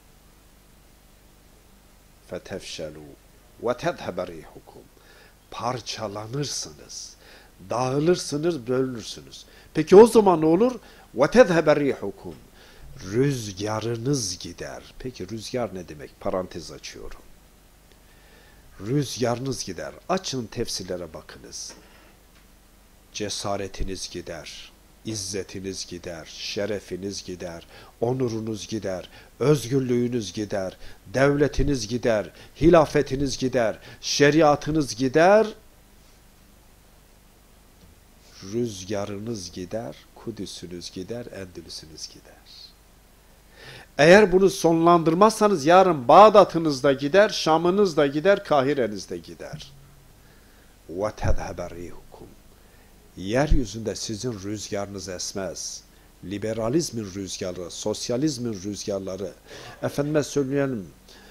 fetefşelu ve tezhebe rihukum, parçalanırsınız, dağılırsınız, bölünürsünüz. Peki o zaman ne olur? Ve tezhebe rihukum, rüzgarınız gider. Peki rüzgar ne demek? Parantez açıyorum. Rüzgarınız gider. Açın tefsirlere bakınız. Cesaretiniz gider, izzetiniz gider, şerefiniz gider, onurunuz gider, özgürlüğünüz gider, devletiniz gider, hilafetiniz gider, şeriatınız gider, rüzgarınız gider, Kudüs'ünüz gider, Endülüs'ünüz gider. Eğer bunu sonlandırmazsanız yarın Bağdat'ınız da gider, Şam'ınız da gider, Kahire'niz de gider. وَتَذْهَبَ رِيهُكُمْ, yeryüzünde sizin rüzgarınız esmez. Liberalizmin rüzgarı, sosyalizmin rüzgarları, efendime söyleyelim,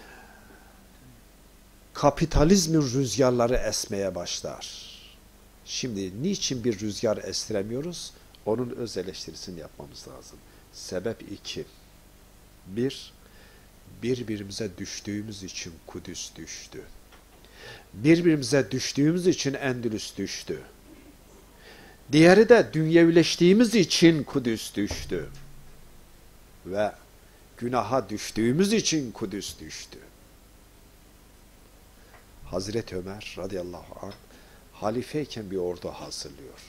kapitalizmin rüzgarları esmeye başlar. Şimdi niçin bir rüzgar estiremiyoruz? Onun öz eleştirisini yapmamız lazım. Sebep 2. 1. Birbirimize düştüğümüz için Kudüs düştü. Birbirimize düştüğümüz için Endülüs düştü. Diğeri de dünyevileştiğimiz için Kudüs düştü. Ve günaha düştüğümüz için Kudüs düştü. Hazreti Ömer radıyallahu anh halifeyken bir ordu hazırlıyor.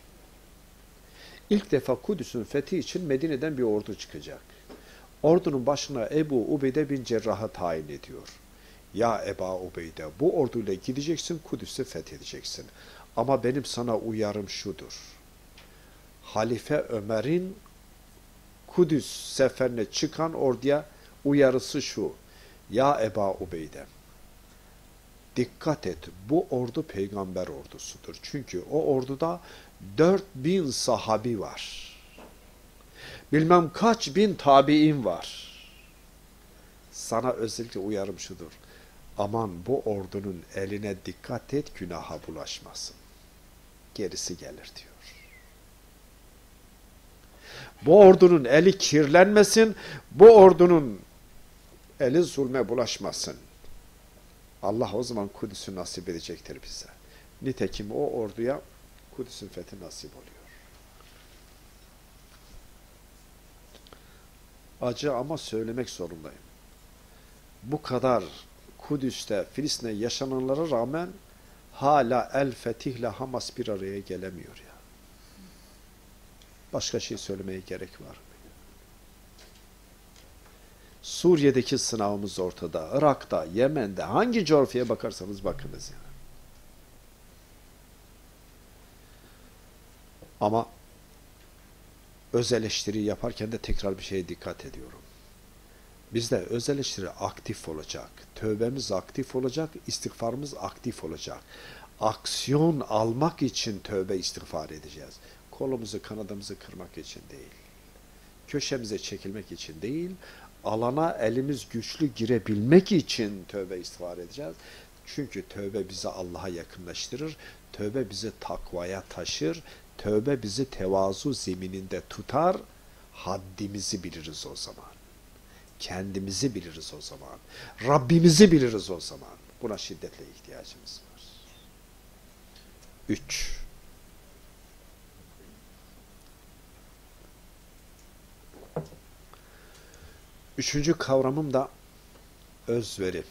İlk defa Kudüs'ün fethi için Medine'den bir ordu çıkacak. Ordunun başına Ebu Ubeyde bin Cerrah'ı tayin ediyor. Ya Eba Ubeyde, bu orduyla gideceksin, Kudüs'ü fethedeceksin. Ama benim sana uyarım şudur. Halife Ömer'in Kudüs seferine çıkan orduya uyarısı şu. Ya Eba Ubeyde, dikkat et, bu ordu peygamber ordusudur. Çünkü o orduda 4000 sahabi var. Bilmem kaç bin tabi'in var. Sana özellikle uyarım şudur. Aman bu ordunun eline dikkat et, günaha bulaşmasın. Gerisi gelir diyor. Bu ordunun eli kirlenmesin, bu ordunun eli zulme bulaşmasın. Allah o zaman Kudüs'ü nasip edecektir bize. Nitekim o orduya Kudüs'ün fethi nasip oluyor. Acı ama söylemek zorundayım. Bu kadar Kudüs'te, Filistin'de yaşananlara rağmen hala El Fetih'le Hamas bir araya gelemiyor ya. Başka şey söylemeye gerek var mı? Suriye'deki sınavımız ortada. Irak'ta, Yemen'de, hangi coğrafyaya bakarsanız bakınız yani. Ama öz eleştiri yaparken de tekrar bir şeye dikkat ediyorum. Bizde öz eleştiri aktif olacak. Tövbemiz aktif olacak, istiğfarımız aktif olacak. Aksiyon almak için tövbe istiğfar edeceğiz. Kolumuzu, kanadımızı kırmak için değil. Köşemize çekilmek için değil. Alana elimiz güçlü girebilmek için tövbe istiğfar edeceğiz. Çünkü tövbe bizi Allah'a yakınlaştırır. Tövbe bizi takvaya taşır. Tövbe bizi tevazu zemininde tutar. Haddimizi biliriz o zaman. Kendimizi biliriz o zaman. Rabbimizi biliriz o zaman. Buna şiddetle ihtiyacımız var. 3. Üçüncü kavramım da özveri.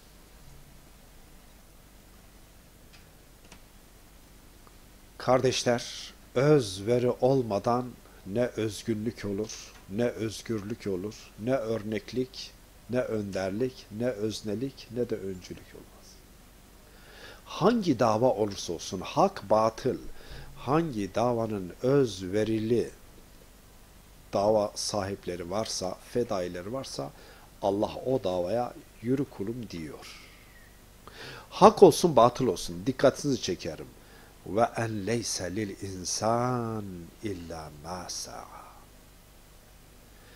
Kardeşler, özveri olmadan ne özgürlük olur, ne özgürlük olur, ne örneklik, ne önderlik, ne öznelik, ne de öncülük olmaz. Hangi dava olursa olsun, hak, batıl, hangi davanın özverili dava sahipleri varsa, fedaileri varsa, Allah o davaya yürü kulum diyor. Hak olsun, batıl olsun, dikkatinizi çekerim. Ve en leyse lil insan illa ma sa'a.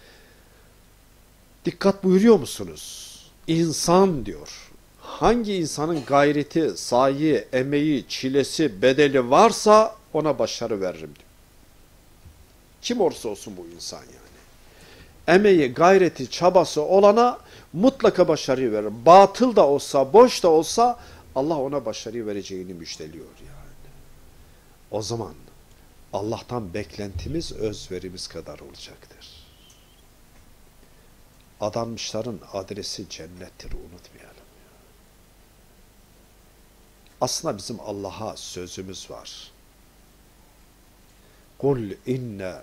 Dikkat buyuruyor musunuz? İnsan diyor. Hangi insanın gayreti, sayi, emeği, çilesi, bedeli varsa ona başarı veririm diyor. Kim olursa olsun bu insan yani. Emeği, gayreti, çabası olana mutlaka başarıyı verir. Batıl da olsa, boş da olsa Allah ona başarıyı vereceğini müjdeliyor yani. O zaman Allah'tan beklentimiz özverimiz kadar olacaktır. Adanmışların adresi cennettir, unutmayalım. Aslında bizim Allah'a sözümüz var. Kul inne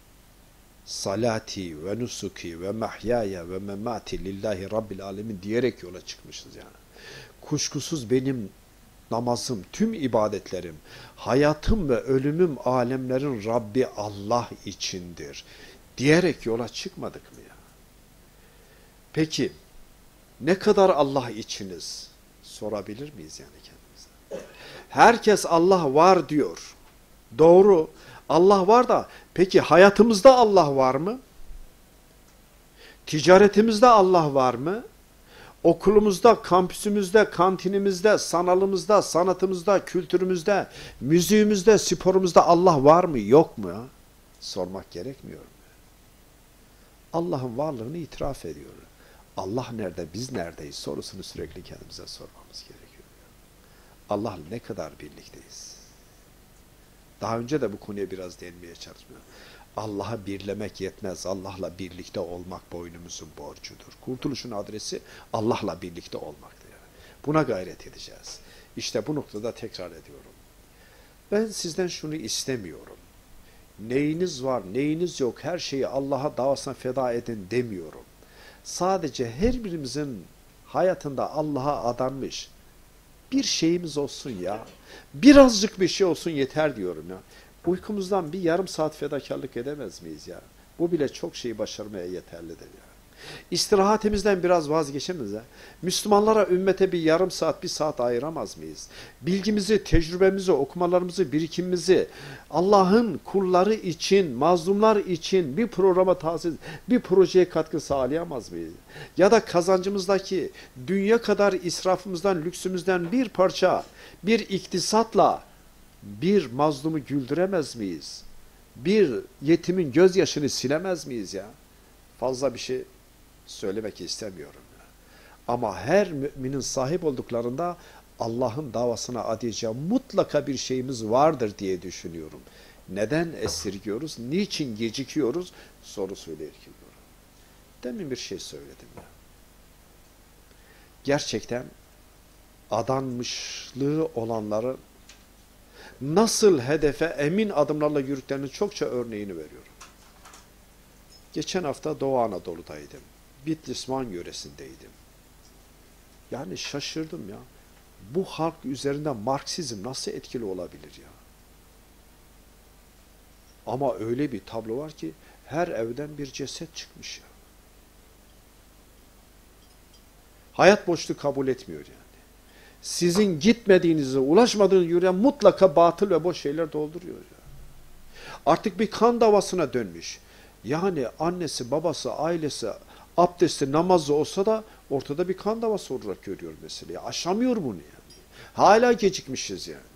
salati ve nusuki ve mahyaya ve memati lillahi rabbil alemin diyerek yola çıkmışız yani. Kuşkusuz benim namazım, tüm ibadetlerim, hayatım ve ölümüm alemlerin Rabbi Allah içindir diyerek yola çıkmadık mı ya? Peki ne kadar Allah içiniz? Sorabilir miyiz yani kendimize? Herkes Allah var diyor. Doğru. Allah var da peki hayatımızda Allah var mı? Ticaretimizde Allah var mı? Okulumuzda, kampüsümüzde, kantinimizde, sanalımızda, sanatımızda, kültürümüzde, müziğimizde, sporumuzda Allah var mı, yok mu ya? Sormak gerekmiyor mu? Allah'ın varlığını itiraf ediyor. Allah nerede, biz neredeyiz sorusunu sürekli kendimize sormamız gerekiyor. Allah'la ne kadar birlikteyiz? Daha önce de bu konuya biraz değinmeye çalışmıyorum. Allah'ı birlemek yetmez. Allah'la birlikte olmak boynumuzun borcudur. Kurtuluşun adresi Allah'la birlikte olmaktır. Yani. Buna gayret edeceğiz. İşte bu noktada tekrar ediyorum. Ben sizden şunu istemiyorum. Neyiniz var, neyiniz yok, her şeyi Allah'a davasına feda edin demiyorum. Sadece her birimizin hayatında Allah'a adanmış bir şeyimiz olsun ya. Birazcık bir şey olsun yeter diyorum ya. Uykumuzdan bir yarım saat fedakarlık edemez miyiz ya? Bu bile çok şeyi başarmaya yeterlidir ya. İstirahatimizden biraz vazgeçemez ya. Müslümanlara, ümmete bir yarım saat, bir saat ayıramaz mıyız? Bilgimizi, tecrübemizi, okumalarımızı, birikimimizi Allah'ın kulları için, mazlumlar için bir programa tahsis, bir projeye katkı sağlayamaz mıyız? Ya da kazancımızdaki dünya kadar israfımızdan, lüksümüzden bir parça, bir iktisatla bir mazlumu güldüremez miyiz? Bir yetimin gözyaşını silemez miyiz ya? Fazla bir şey söylemek istemiyorum. Ama her müminin sahip olduklarında Allah'ın davasına adayacağı mutlaka bir şeyimiz vardır diye düşünüyorum. Neden esirgiyoruz? Niçin gecikiyoruz? Sorusuyla ilgili. Demin bir şey söyledim ya. Gerçekten adanmışlığı olanların nasıl hedefe emin adımlarla yürüdüklerinin çokça örneğini veriyorum. Geçen hafta Doğu Anadolu'daydım. Bitlis Van yöresindeydim. Yani şaşırdım ya. Bu halk üzerinde Marksizm nasıl etkili olabilir ya? Ama öyle bir tablo var ki her evden bir ceset çıkmış ya. Hayat boşluğu kabul etmiyor yani. Sizin gitmediğinizi, ulaşmadığınız yere mutlaka batıl ve boş şeyler dolduruyor ya. Artık bir kan davasına dönmüş. Yani annesi, babası, ailesi, abdesti, namazı olsa da ortada bir kan davası olarak görüyor meseleyi. Aşamıyor bunu yani. Hala gecikmişiz yani.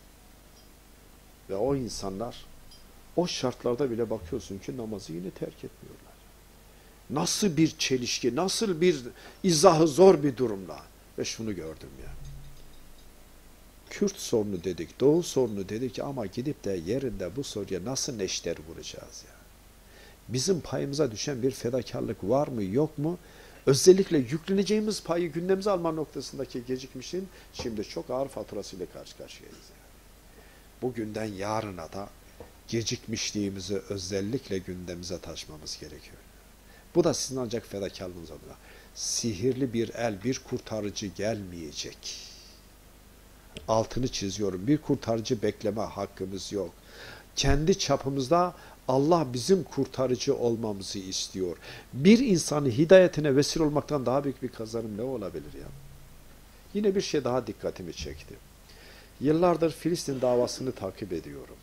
Ve o insanlar o şartlarda bile bakıyorsun ki namazı yine terk etmiyorlar. Nasıl bir çelişki, nasıl bir izahı zor bir durumla. Ve şunu gördüm ya. Kürt sorunu dedik, Doğu sorunu dedik ama gidip de yerinde bu soruya nasıl neşter vuracağız ya? Bizim payımıza düşen bir fedakarlık var mı yok mu? Özellikle yükleneceğimiz payı gündemimize alma noktasındaki gecikmişin şimdi çok ağır faturasıyla karşı karşıyayız. Yani. Bugünden yarına da gecikmişliğimizi özellikle gündemimize taşımamız gerekiyor. Bu da sizin ancak fedakarlığınız olacak. Sihirli bir el, bir kurtarıcı gelmeyecek. Altını çiziyorum. Bir kurtarıcı bekleme hakkımız yok. Kendi çapımızda Allah bizim kurtarıcı olmamızı istiyor. Bir insanı hidayetine vesile olmaktan daha büyük bir kazanım ne olabilir ya? Yine bir şey daha dikkatimi çekti. Yıllardır Filistin davasını takip ediyorum.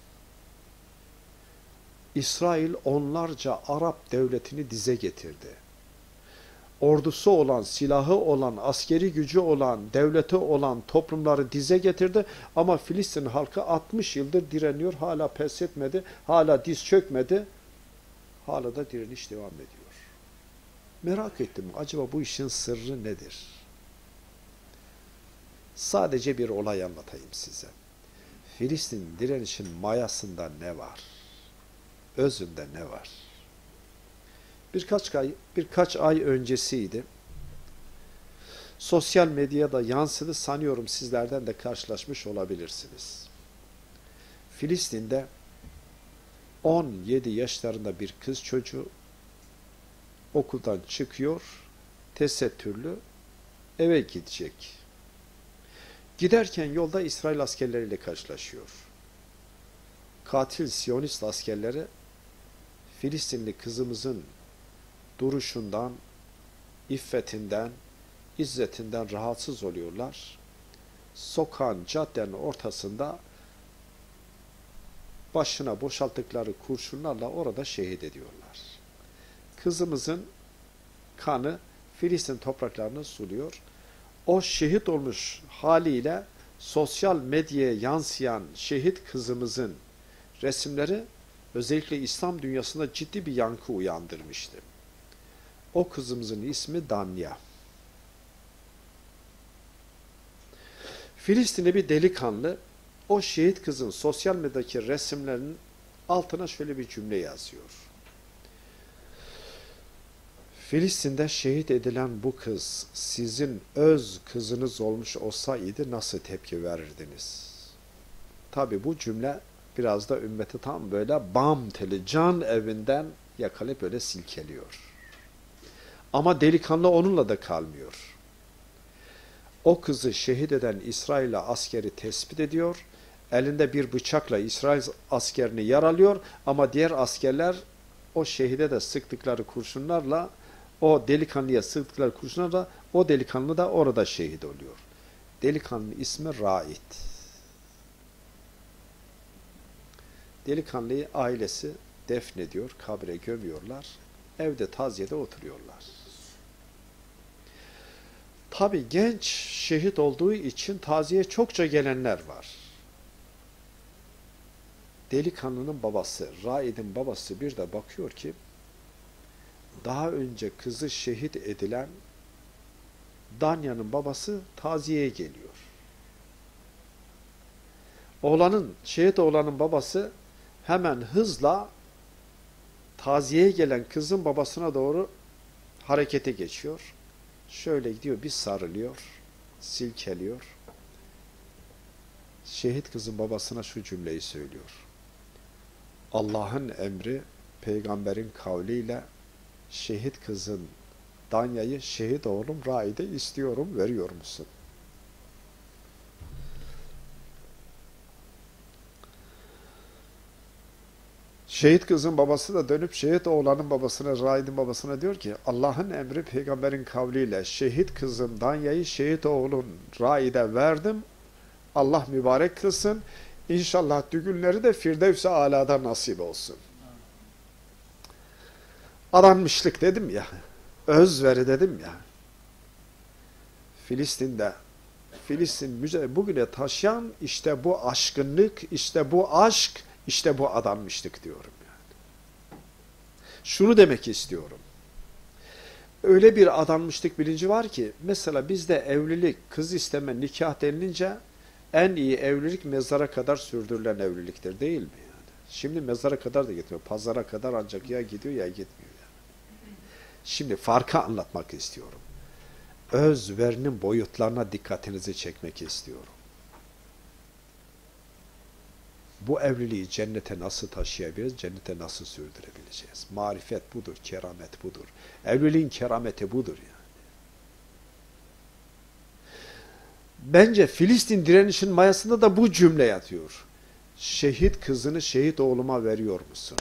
İsrail onlarca Arap devletini dize getirdi. ordusu olan, silahı olan, askeri gücü olan, devleti olan toplumları dize getirdi. Ama Filistin halkı 60 yıldır direniyor, hala pes etmedi, hala diz çökmedi, hala da direniş devam ediyor. Merak ettim, acaba bu işin sırrı nedir? Sadece bir olay anlatayım size. Filistin direnişin mayasında ne var? Özünde ne var? Birkaç ay öncesiydi. Sosyal medyada yansıdı, sanıyorum sizlerden de karşılaşmış olabilirsiniz. Filistin'de 17 yaşlarında bir kız çocuğu okuldan çıkıyor, tesettürlü eve gidecek. Giderken yolda İsrail askerleriyle karşılaşıyor. Katil Siyonist askerleri Filistinli kızımızın duruşundan, iffetinden, izzetinden rahatsız oluyorlar. Sokağın, caddenin ortasında başına boşalttıkları kurşunlarla orada şehit ediyorlar. Kızımızın kanı Filistin topraklarını suluyor. O şehit olmuş haliyle sosyal medyaya yansıyan şehit kızımızın resimleri özellikle İslam dünyasında ciddi bir yankı uyandırmıştı. O kızımızın ismi Danya. Filistinli bir delikanlı o şehit kızın sosyal medyadaki resimlerinin altına şöyle bir cümle yazıyor. Filistin'de şehit edilen bu kız sizin öz kızınız olmuş olsaydı nasıl tepki verirdiniz? Tabi bu cümle biraz da ümmeti tam böyle bam teli can evinden yakalayıp böyle silkeliyor. Ama delikanlı onunla da kalmıyor. O kızı şehit eden İsrail askeri tespit ediyor. Elinde bir bıçakla İsrail askerini yaralıyor ama diğer askerler o şehide de sıktıkları kurşunlarla, o delikanlıya sıktıkları kurşunlarla o delikanlı da orada şehit oluyor. Delikanlının ismi Raid. Delikanlıyı ailesi defnediyor, kabre gömüyorlar. Evde taziyede oturuyorlar. Tabi genç şehit olduğu için taziye çokça gelenler var. Delikanlının babası, Raid'in babası bir de bakıyor ki daha önce kızı şehit edilen Danya'nın babası taziyeye geliyor. Şehit oğlanın babası hemen hızla taziyeye gelen kızın babasına doğru harekete geçiyor. Şöyle gidiyor, bir sarılıyor, silkeliyor. Şehit kızın babasına şu cümleyi söylüyor. Allah'ın emri, peygamberin kavliyle şehit kızın Danya'yı şehit oğlum Raid'e istiyorum, veriyor musun? Şehit kızın babası da dönüp şehit oğlanın babasına, Raid'in babasına diyor ki Allah'ın emri peygamberin kavliyle şehit kızım Danya'yı şehit oğlun Raid'e verdim. Allah mübarek kılsın. İnşallah düğünleri de Firdevs-i Ala'da nasip olsun. Adanmışlık dedim ya. Özveri dedim ya. Filistin bugüne taşıyan işte bu aşkınlık, işte bu aşk, işte bu adanmışlık diyorum yani. Şunu demek istiyorum. Öyle bir adanmışlık bilinci var ki, mesela bizde evlilik, kız isteme, nikah denilince en iyi evlilik mezara kadar sürdürülen evliliktir değil mi yani? Şimdi mezara kadar da gitmiyor. Pazara kadar ancak ya gidiyor ya gitmiyor yani. Şimdi farkı anlatmak istiyorum. Özverinin boyutlarına dikkatinizi çekmek istiyorum. Bu evliliği cennete nasıl taşıyabiliriz, cennete nasıl sürdürebileceğiz? Marifet budur, keramet budur. Evliliğin kerameti budur yani. Bence Filistin direnişin mayasında da bu cümle yatıyor. Şehit kızını şehit oğluma veriyor musun?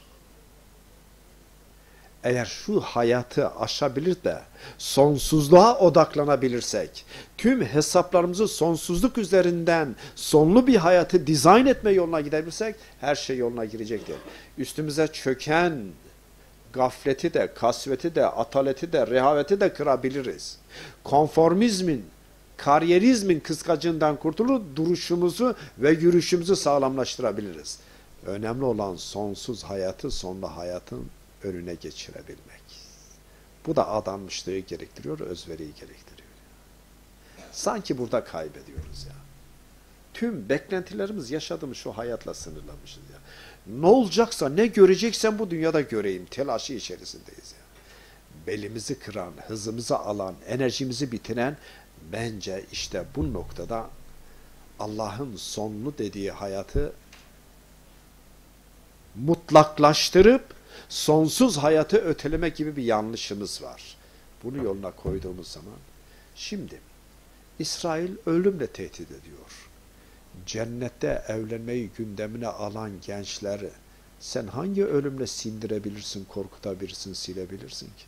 Eğer şu hayatı aşabilir de sonsuzluğa odaklanabilirsek, tüm hesaplarımızı sonsuzluk üzerinden sonlu bir hayatı dizayn etme yoluna gidebilirsek her şey yoluna girecektir. Üstümüze çöken gafleti de, kasveti de, ataleti de, rehaveti de kırabiliriz. Konformizmin, kariyerizmin kıskacından kurtulup duruşumuzu ve yürüyüşümüzü sağlamlaştırabiliriz. Önemli olan sonsuz hayatı sonlu hayatın önüne geçirebilmek. Bu da adanmışlığı gerektiriyor, özveriyi gerektiriyor. Sanki burada kaybediyoruz ya. Tüm beklentilerimiz yaşadığımız şu hayatla sınırlanmışız ya. Ne olacaksa, ne göreceksen bu dünyada göreyim telaşı içerisindeyiz ya. Belimizi kıran, hızımızı alan, enerjimizi bitiren bence işte bu noktada Allah'ın sonlu dediği hayatı mutlaklaştırıp sonsuz hayatı öteleme gibi bir yanlışımız var. Bunu yoluna koyduğumuz zaman şimdi İsrail ölümle tehdit ediyor. Cennette evlenmeyi gündemine alan gençleri sen hangi ölümle sindirebilirsin, korkutabilirsin, silebilirsin ki?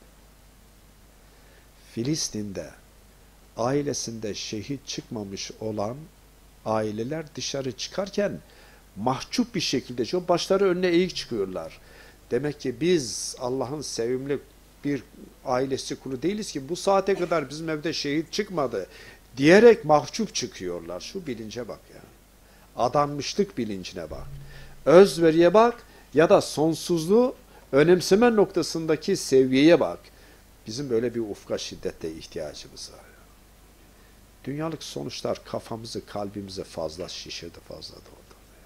Filistin'de ailesinde şehit çıkmamış olan aileler dışarı çıkarken mahcup bir şekilde şu başları önüne eğik çıkıyorlar. Demek ki biz Allah'ın sevimli bir ailesi kulu değiliz ki bu saate kadar bizim evde şehit çıkmadı diyerek mahcup çıkıyorlar. Şu bilince bak ya. Adanmışlık bilincine bak. Özveriye bak ya da sonsuzluğu önemseme noktasındaki seviyeye bak. Bizim böyle bir ufka şiddetle ihtiyacımız var. Dünyalık sonuçlar kafamızı, kalbimizi fazla şişirdi, fazla doldurdu.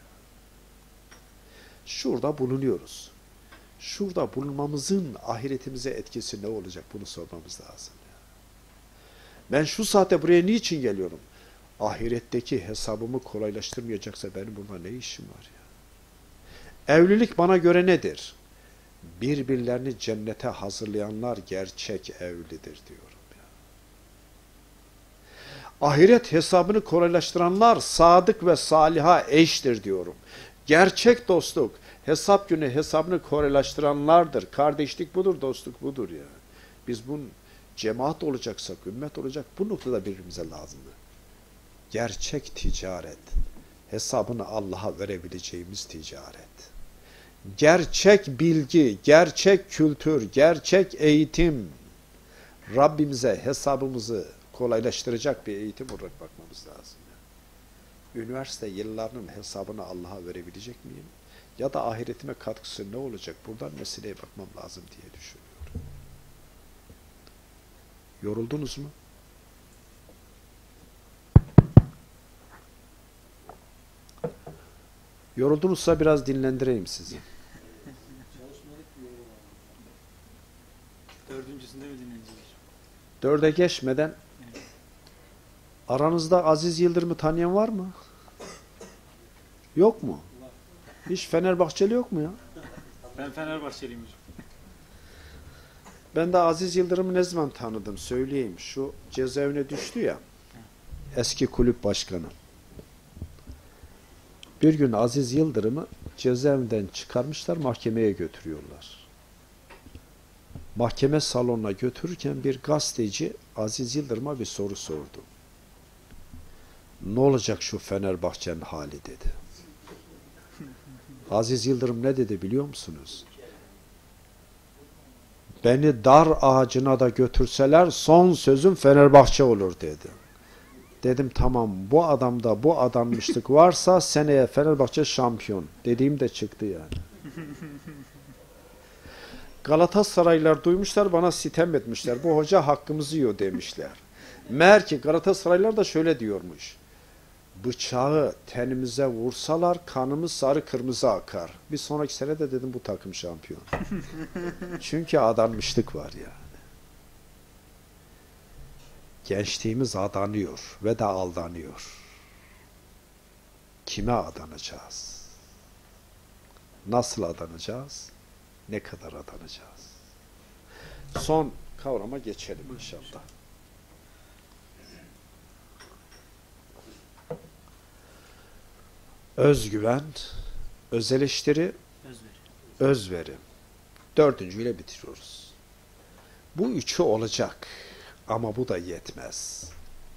Şurada bulunuyoruz. Şurada bulunmamızın ahiretimize etkisi ne olacak? Bunu sormamız lazım. Ben şu saatte buraya niçin geliyorum? Ahiretteki hesabımı kolaylaştırmayacaksa benim burada ne işim var ya? Evlilik bana göre nedir? Birbirlerini cennete hazırlayanlar gerçek evlidir diyorum ya. Ahiret hesabını kolaylaştıranlar sadık ve saliha eştir diyorum. Gerçek dostluk, hesap günü hesabını kolaylaştıranlardır. Kardeşlik budur, dostluk budur ya. Biz bunun cemaat olacaksak, ümmet olacak, bu noktada birbirimize lazım. Gerçek ticaret, hesabını Allah'a verebileceğimiz ticaret. Gerçek bilgi, gerçek kültür, gerçek eğitim, Rabbimize hesabımızı kolaylaştıracak bir eğitim olarak bakmamız lazım. Üniversite yıllarının hesabını Allah'a verebilecek miyim? Ya da ahiretime katkısı ne olacak? Buradan meseleye bakmam lazım diye düşünüyorum. Yoruldunuz mu? Yoruldunuzsa biraz dinlendireyim sizi. Dördüncüsünde mi dinleneceğiz? Dörde geçmeden aranızda Aziz Yıldırım'ı tanıyan var mı? Yok mu? Hiç Fenerbahçeli yok mu ya? Ben Fenerbahçeliyim hocam. Ben de Aziz Yıldırım'ı ne zaman tanıdım söyleyeyim. Şu cezaevine düştü ya. Eski kulüp başkanı. Bir gün Aziz Yıldırım'ı cezaevinden çıkarmışlar, mahkemeye götürüyorlar. Mahkeme salonuna götürürken bir gazeteci Aziz Yıldırım'a bir soru sordu. Ne olacak şu Fenerbahçe'nin hali dedi. Aziz Yıldırım ne dedi biliyor musunuz? Beni dar ağacına da götürseler son sözüm Fenerbahçe olur dedi. Dedim tamam, bu adamda bu adanmışlık varsa seneye Fenerbahçe şampiyon. Dediğim de çıktı yani. Galatasaraylılar duymuşlar, bana sitem etmişler. Bu hoca hakkımızı yiyor demişler. Meğer ki Galatasaraylılar da şöyle diyormuş. Bıçağı tenimize vursalar kanımız sarı kırmızı akar. Bir sonraki sene de dedim bu takım şampiyon. Çünkü adanmışlık var yani. Gençliğimiz adanıyor ve de aldanıyor. Kime adanacağız? Nasıl adanacağız? Ne kadar adanacağız? Son kavrama geçelim inşallah. Özgüven, özeleştiri, özveri. Dördüncüyle bitiriyoruz. Bu üçü olacak ama bu da yetmez.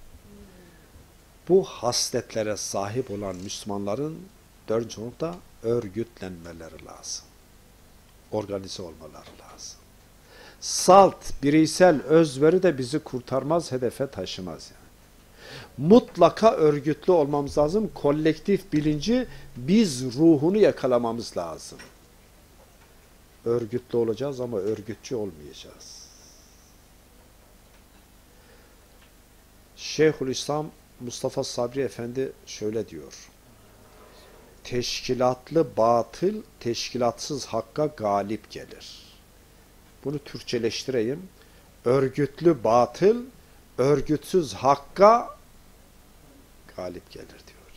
Bu hasletlere sahip olan Müslümanların dördüncü nokta örgütlenmeleri lazım. organize olmaları lazım. Salt, bireysel özveri de bizi kurtarmaz, hedefe taşımaz yani. Mutlaka örgütlü olmamız lazım. Kolektif bilinci biz ruhunu yakalamamız lazım. Örgütlü olacağız ama örgütçü olmayacağız. Şeyhülislam Mustafa Sabri Efendi şöyle diyor. Teşkilatlı batıl, teşkilatsız hakka galip gelir. Bunu Türkçeleştireyim. Örgütlü batıl, örgütsüz hakka galip gelir diyor.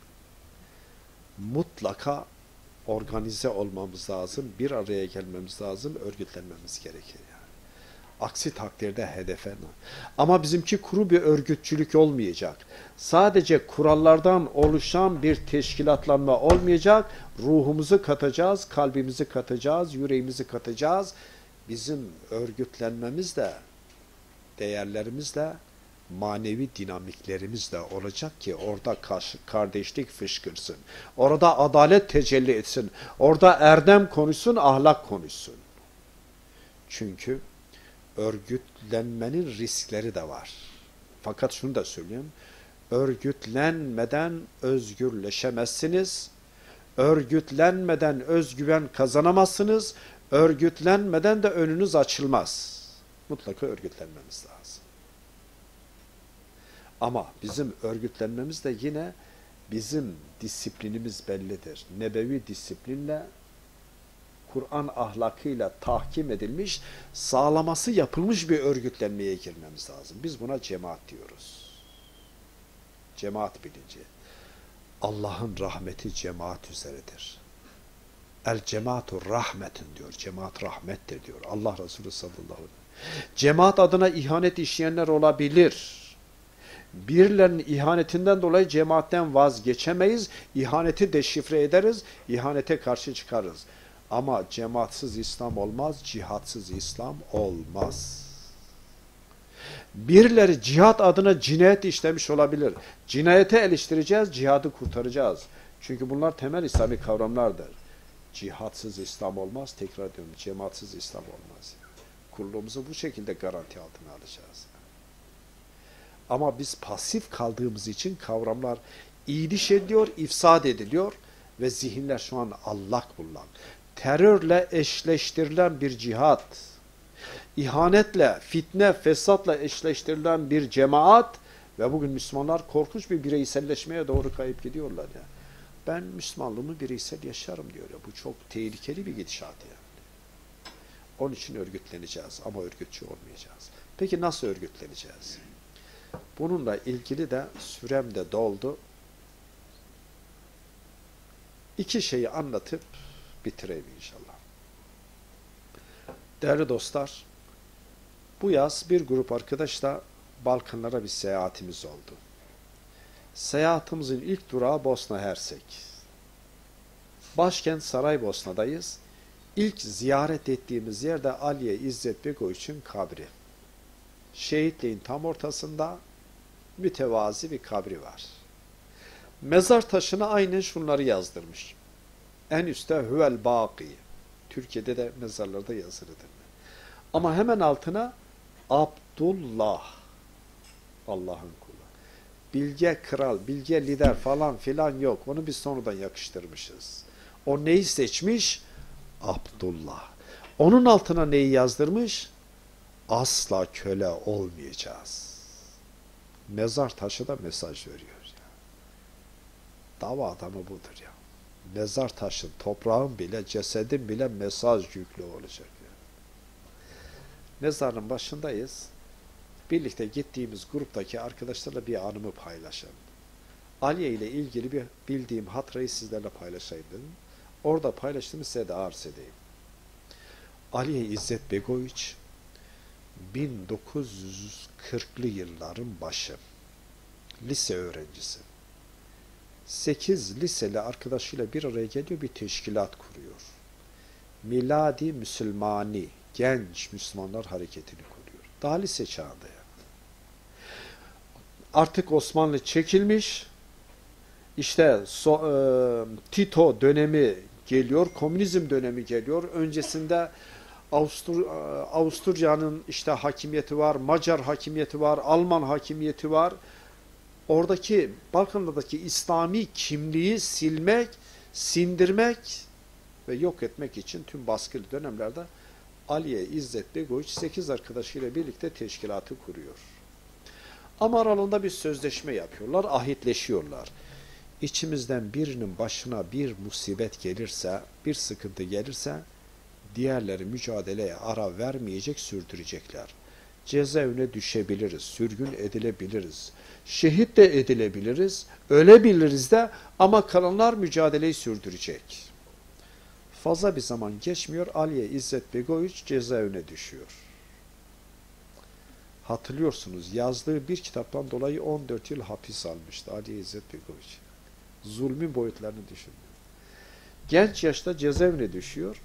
Mutlaka organize olmamız lazım, bir araya gelmemiz lazım, örgütlenmemiz gerekir. Yani. Aksi takdirde hedefe. Ama bizimki kuru bir örgütçülük olmayacak. Sadece kurallardan oluşan bir teşkilatlanma olmayacak. Ruhumuzu katacağız, kalbimizi katacağız, yüreğimizi katacağız. Bizim örgütlenmemiz de, değerlerimiz de, manevi dinamiklerimiz de olacak ki orada kardeşlik fışkırsın. Orada adalet tecelli etsin. Orada erdem konuşsun, ahlak konuşsun. Çünkü örgütlenmenin riskleri de var. Fakat şunu da söyleyeyim. Örgütlenmeden özgürleşemezsiniz. Örgütlenmeden özgüven kazanamazsınız. Örgütlenmeden de önünüz açılmaz. Mutlaka örgütlenmemiz lazım. Ama bizim örgütlenmemiz de yine bizim disiplinimiz bellidir. Nebevi disiplinle, Kur'an ahlakıyla tahkim edilmiş, sağlaması yapılmış bir örgütlenmeye girmemiz lazım. Biz buna cemaat diyoruz. Cemaat bilinci. Allah'ın rahmeti cemaat üzeredir. El cemaatu rahmetun diyor. Cemaat rahmettir diyor. Allah Resulü sallallahu aleyhi ve sellem. Cemaat adına ihanet işleyenler olabilir. Birilerinin ihanetinden dolayı cemaatten vazgeçemeyiz. İhaneti deşifre ederiz. İhanete karşı çıkarız. Ama cemaatsız İslam olmaz. Cihatsız İslam olmaz. Birileri cihat adına cinayet işlemiş olabilir. Cinayete eleştireceğiz, cihadı kurtaracağız. Çünkü bunlar temel İslami kavramlardır. Cihatsız İslam olmaz. Tekrar ediyorum, cemaatsız İslam olmaz. Kulluğumuzu bu şekilde garanti altına alacağız. Ama biz pasif kaldığımız için kavramlar iyiliş ediliyor, ifsad ediliyor ve zihinler şu an allak bullak. Terörle eşleştirilen bir cihat, ihanetle, fitne, fesatla eşleştirilen bir cemaat ve bugün Müslümanlar korkunç bir bireyselleşmeye doğru kayıp gidiyorlar ya. Ben Müslümanlığımı bireysel yaşarım diyor ya. Bu çok tehlikeli bir gidişat yani. Onun için örgütleneceğiz ama örgütçü olmayacağız. Peki nasıl örgütleneceğiz? Bununla ilgili de sürem de doldu. İki şeyi anlatıp bitireyim inşallah. Değerli dostlar, bu yaz bir grup arkadaşla Balkanlara bir seyahatimiz oldu. Seyahatimizin ilk durağı Bosna Hersek. Başkent Saraybosna'dayız. İlk ziyaret ettiğimiz yerde Aliye İzzet Begoviç'in kabri. Şehitliğin tam ortasında mütevazi bir kabri var. Mezar taşına aynen şunları yazdırmış. En üstte Huvel Baki. Türkiye'de de mezarlarda yazılıdır. Ama hemen altına Abdullah. Allah'ın kulu. Bilge kral, bilge lider falan filan yok. Onu biz sonradan yakıştırmışız. O neyi seçmiş? Abdullah. Onun altına neyi yazdırmış? Asla köle olmayacağız. Mezar taşı da mesaj veriyor. Dava adamı budur ya. Mezar taşı, toprağın bile, cesedin bile mesaj yüklü olacak. Yani. Mezarın başındayız. Birlikte gittiğimiz gruptaki arkadaşlarla bir anımı paylaşalım. Aliye ile ilgili bir bildiğim hatırayı sizlerle paylaşayım dedim. Orada paylaştığımı size de arz edeyim. Aliye İzzet Begoviç 1940'lı yılların başı. Lise öğrencisi. 8 liseli arkadaşıyla bir araya geliyor, bir teşkilat kuruyor. Miladi Müslümani, genç Müslümanlar hareketini kuruyor. Daha lise çağında yani. Artık Osmanlı çekilmiş, işte Tito dönemi geliyor, komünizm dönemi geliyor. Öncesinde Avusturya'nın işte hakimiyeti var, Macar hakimiyeti var, Alman hakimiyeti var. Oradaki Balkanlardaki İslami kimliği silmek, sindirmek ve yok etmek için tüm baskılı dönemlerde Aliye İzzet Begoviç 8 arkadaşıyla birlikte teşkilatı kuruyor. Ama aralarında bir sözleşme yapıyorlar, ahitleşiyorlar. İçimizden birinin başına bir musibet gelirse, bir sıkıntı gelirse diğerleri mücadeleye ara vermeyecek, sürdürecekler. Cezaevine düşebiliriz, sürgün edilebiliriz, şehit de edilebiliriz, ölebiliriz de ama kalanlar mücadeleyi sürdürecek. Fazla bir zaman geçmiyor, Aliye İzzet Begoviç cezaevine düşüyor. Hatırlıyorsunuz, yazdığı bir kitaptan dolayı 14 yıl hapis almıştı Aliye İzzet Begoviç. Zulmün boyutlarını düşünün. Genç yaşta cezaevine düşüyor.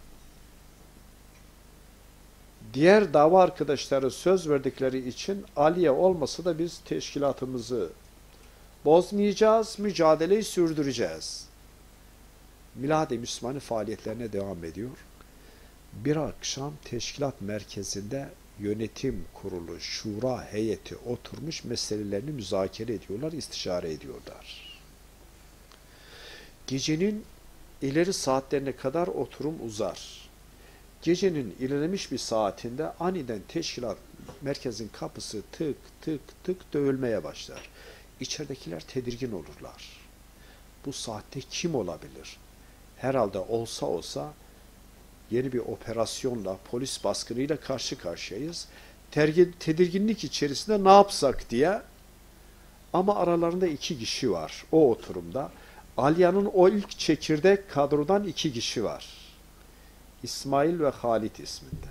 Diğer dava arkadaşları söz verdikleri için Aliye olmasa da biz teşkilatımızı bozmayacağız, mücadeleyi sürdüreceğiz. Milad-i Müslüman'ın faaliyetlerine devam ediyor. Bir akşam teşkilat merkezinde yönetim kurulu, şura heyeti oturmuş meselelerini müzakere ediyorlar, istişare ediyorlar. Gecenin ileri saatlerine kadar oturum uzar. Gecenin ilerlemiş bir saatinde aniden teşkilat merkezin kapısı tık tık tık dövülmeye başlar. İçeridekiler tedirgin olurlar. Bu saatte kim olabilir? Herhalde olsa yeni bir operasyonla, polis baskınıyla karşı karşıyayız. Tedirginlik içerisinde ne yapsak diye. Ama aralarında 2 kişi var o oturumda. Aliye'nin o ilk çekirdek kadrodan 2 kişi var. İsmail ve Halit isminde.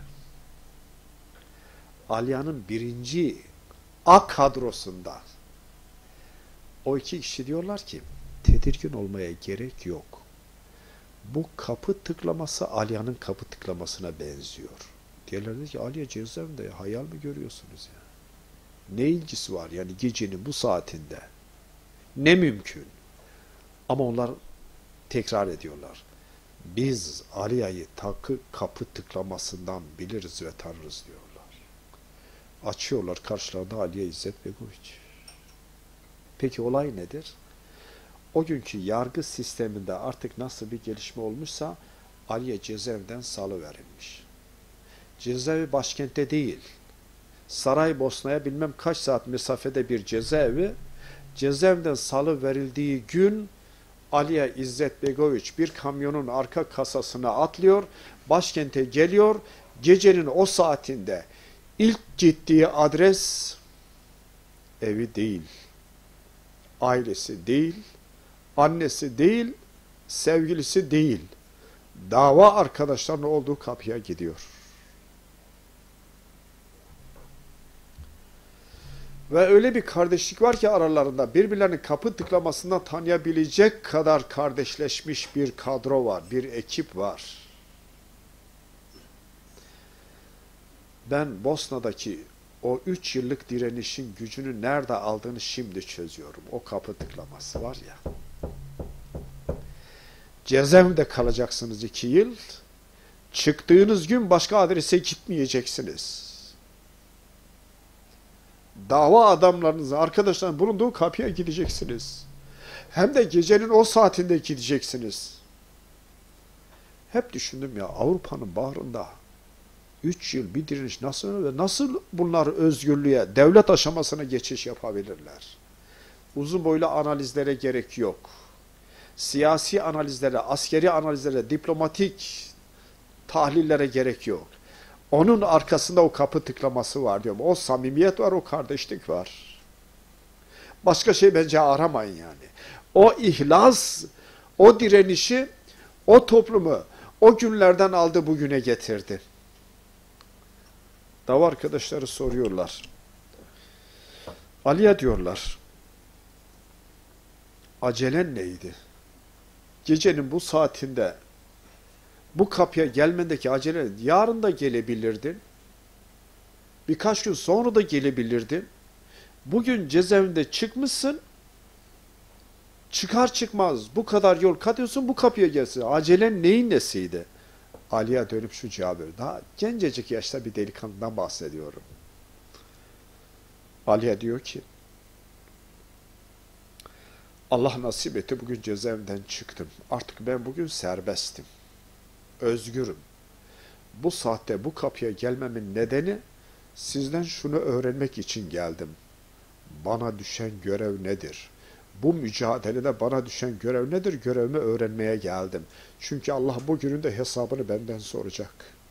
Aliye'nin birinci A kadrosunda. O 2 kişi diyorlar ki, tedirgin olmaya gerek yok. Bu kapı tıklaması Aliye'nin kapı tıklamasına benziyor. Diğerleri ki Aliye cezaevinde hayal mi görüyorsunuz ya? Ne ilgisi var yani gecenin bu saatinde? Ne mümkün? Ama onlar tekrar ediyorlar. Biz Aliye'yi kapı tıklamasından biliriz ve tanırız diyorlar. Açıyorlar karşılarında Aliye İzzet Begoviç. Peki olay nedir? O günkü yargı sisteminde artık nasıl bir gelişme olmuşsa Aliye cezaevinden salıverilmiş. Cezaevi başkentte değil. Saraybosna'ya bilmem kaç saat mesafede bir cezaevi. Cezaevinden salıverildiği gün Aliye İzzet Begoviç bir kamyonun arka kasasına atlıyor, başkente geliyor. Gecenin o saatinde ilk gittiği adres evi değil, ailesi değil, annesi değil, sevgilisi değil, dava arkadaşlarının olduğu kapıya gidiyor. Ve öyle bir kardeşlik var ki aralarında birbirlerinin kapı tıklamasından tanıyabilecek kadar kardeşleşmiş bir kadro var, bir ekip var. Ben Bosna'daki o 3 yıllık direnişin gücünü nerede aldığını şimdi çözüyorum. O kapı tıklaması var ya. Cezaevinde kalacaksınız 2 yıl. Çıktığınız gün başka adrese gitmeyeceksiniz. Dava adamlarınızın, arkadaşların bulunduğu kapıya gideceksiniz. Hem de gecenin o saatinde gideceksiniz. Hep düşündüm ya Avrupa'nın bağrında 3 yıl bir direniş nasıl bunlar özgürlüğe, devlet aşamasına geçiş yapabilirler? Uzun boylu analizlere gerek yok. Siyasi analizlere, askeri analizlere, diplomatik tahlillere gerek yok. Onun arkasında o kapı tıklaması var diyorum. O samimiyet var, o kardeşlik var. Başka şey bence aramayın yani. O ihlas, o direnişi, o toplumu o günlerden aldı bugüne getirdi. Dava arkadaşları soruyorlar. Aliye diyorlar, acelen neydi? Gecenin bu saatinde bu kapıya gelmendeki acele, yarın da gelebilirdin. Birkaç gün sonra da gelebilirdin. Bugün cezaevinde çıkmışsın. Çıkar çıkmaz bu kadar yol kat ediyorsun, bu kapıya gelsin. Acelen neyin nesiydi? Ali'ye dönüp şu cevap veriyor. Daha gencecik yaşta bir delikanlıdan bahsediyorum. Ali'ye diyor ki, Allah nasip etti, bugün cezaevinden çıktım. Artık ben bugün serbestim. Özgürüm. Bu saatte bu kapıya gelmemin nedeni sizden şunu öğrenmek için geldim. Bana düşen görev nedir? Bu mücadelede bana düşen görev nedir? Görevimi öğrenmeye geldim. Çünkü Allah bugünün de hesabını benden soracak.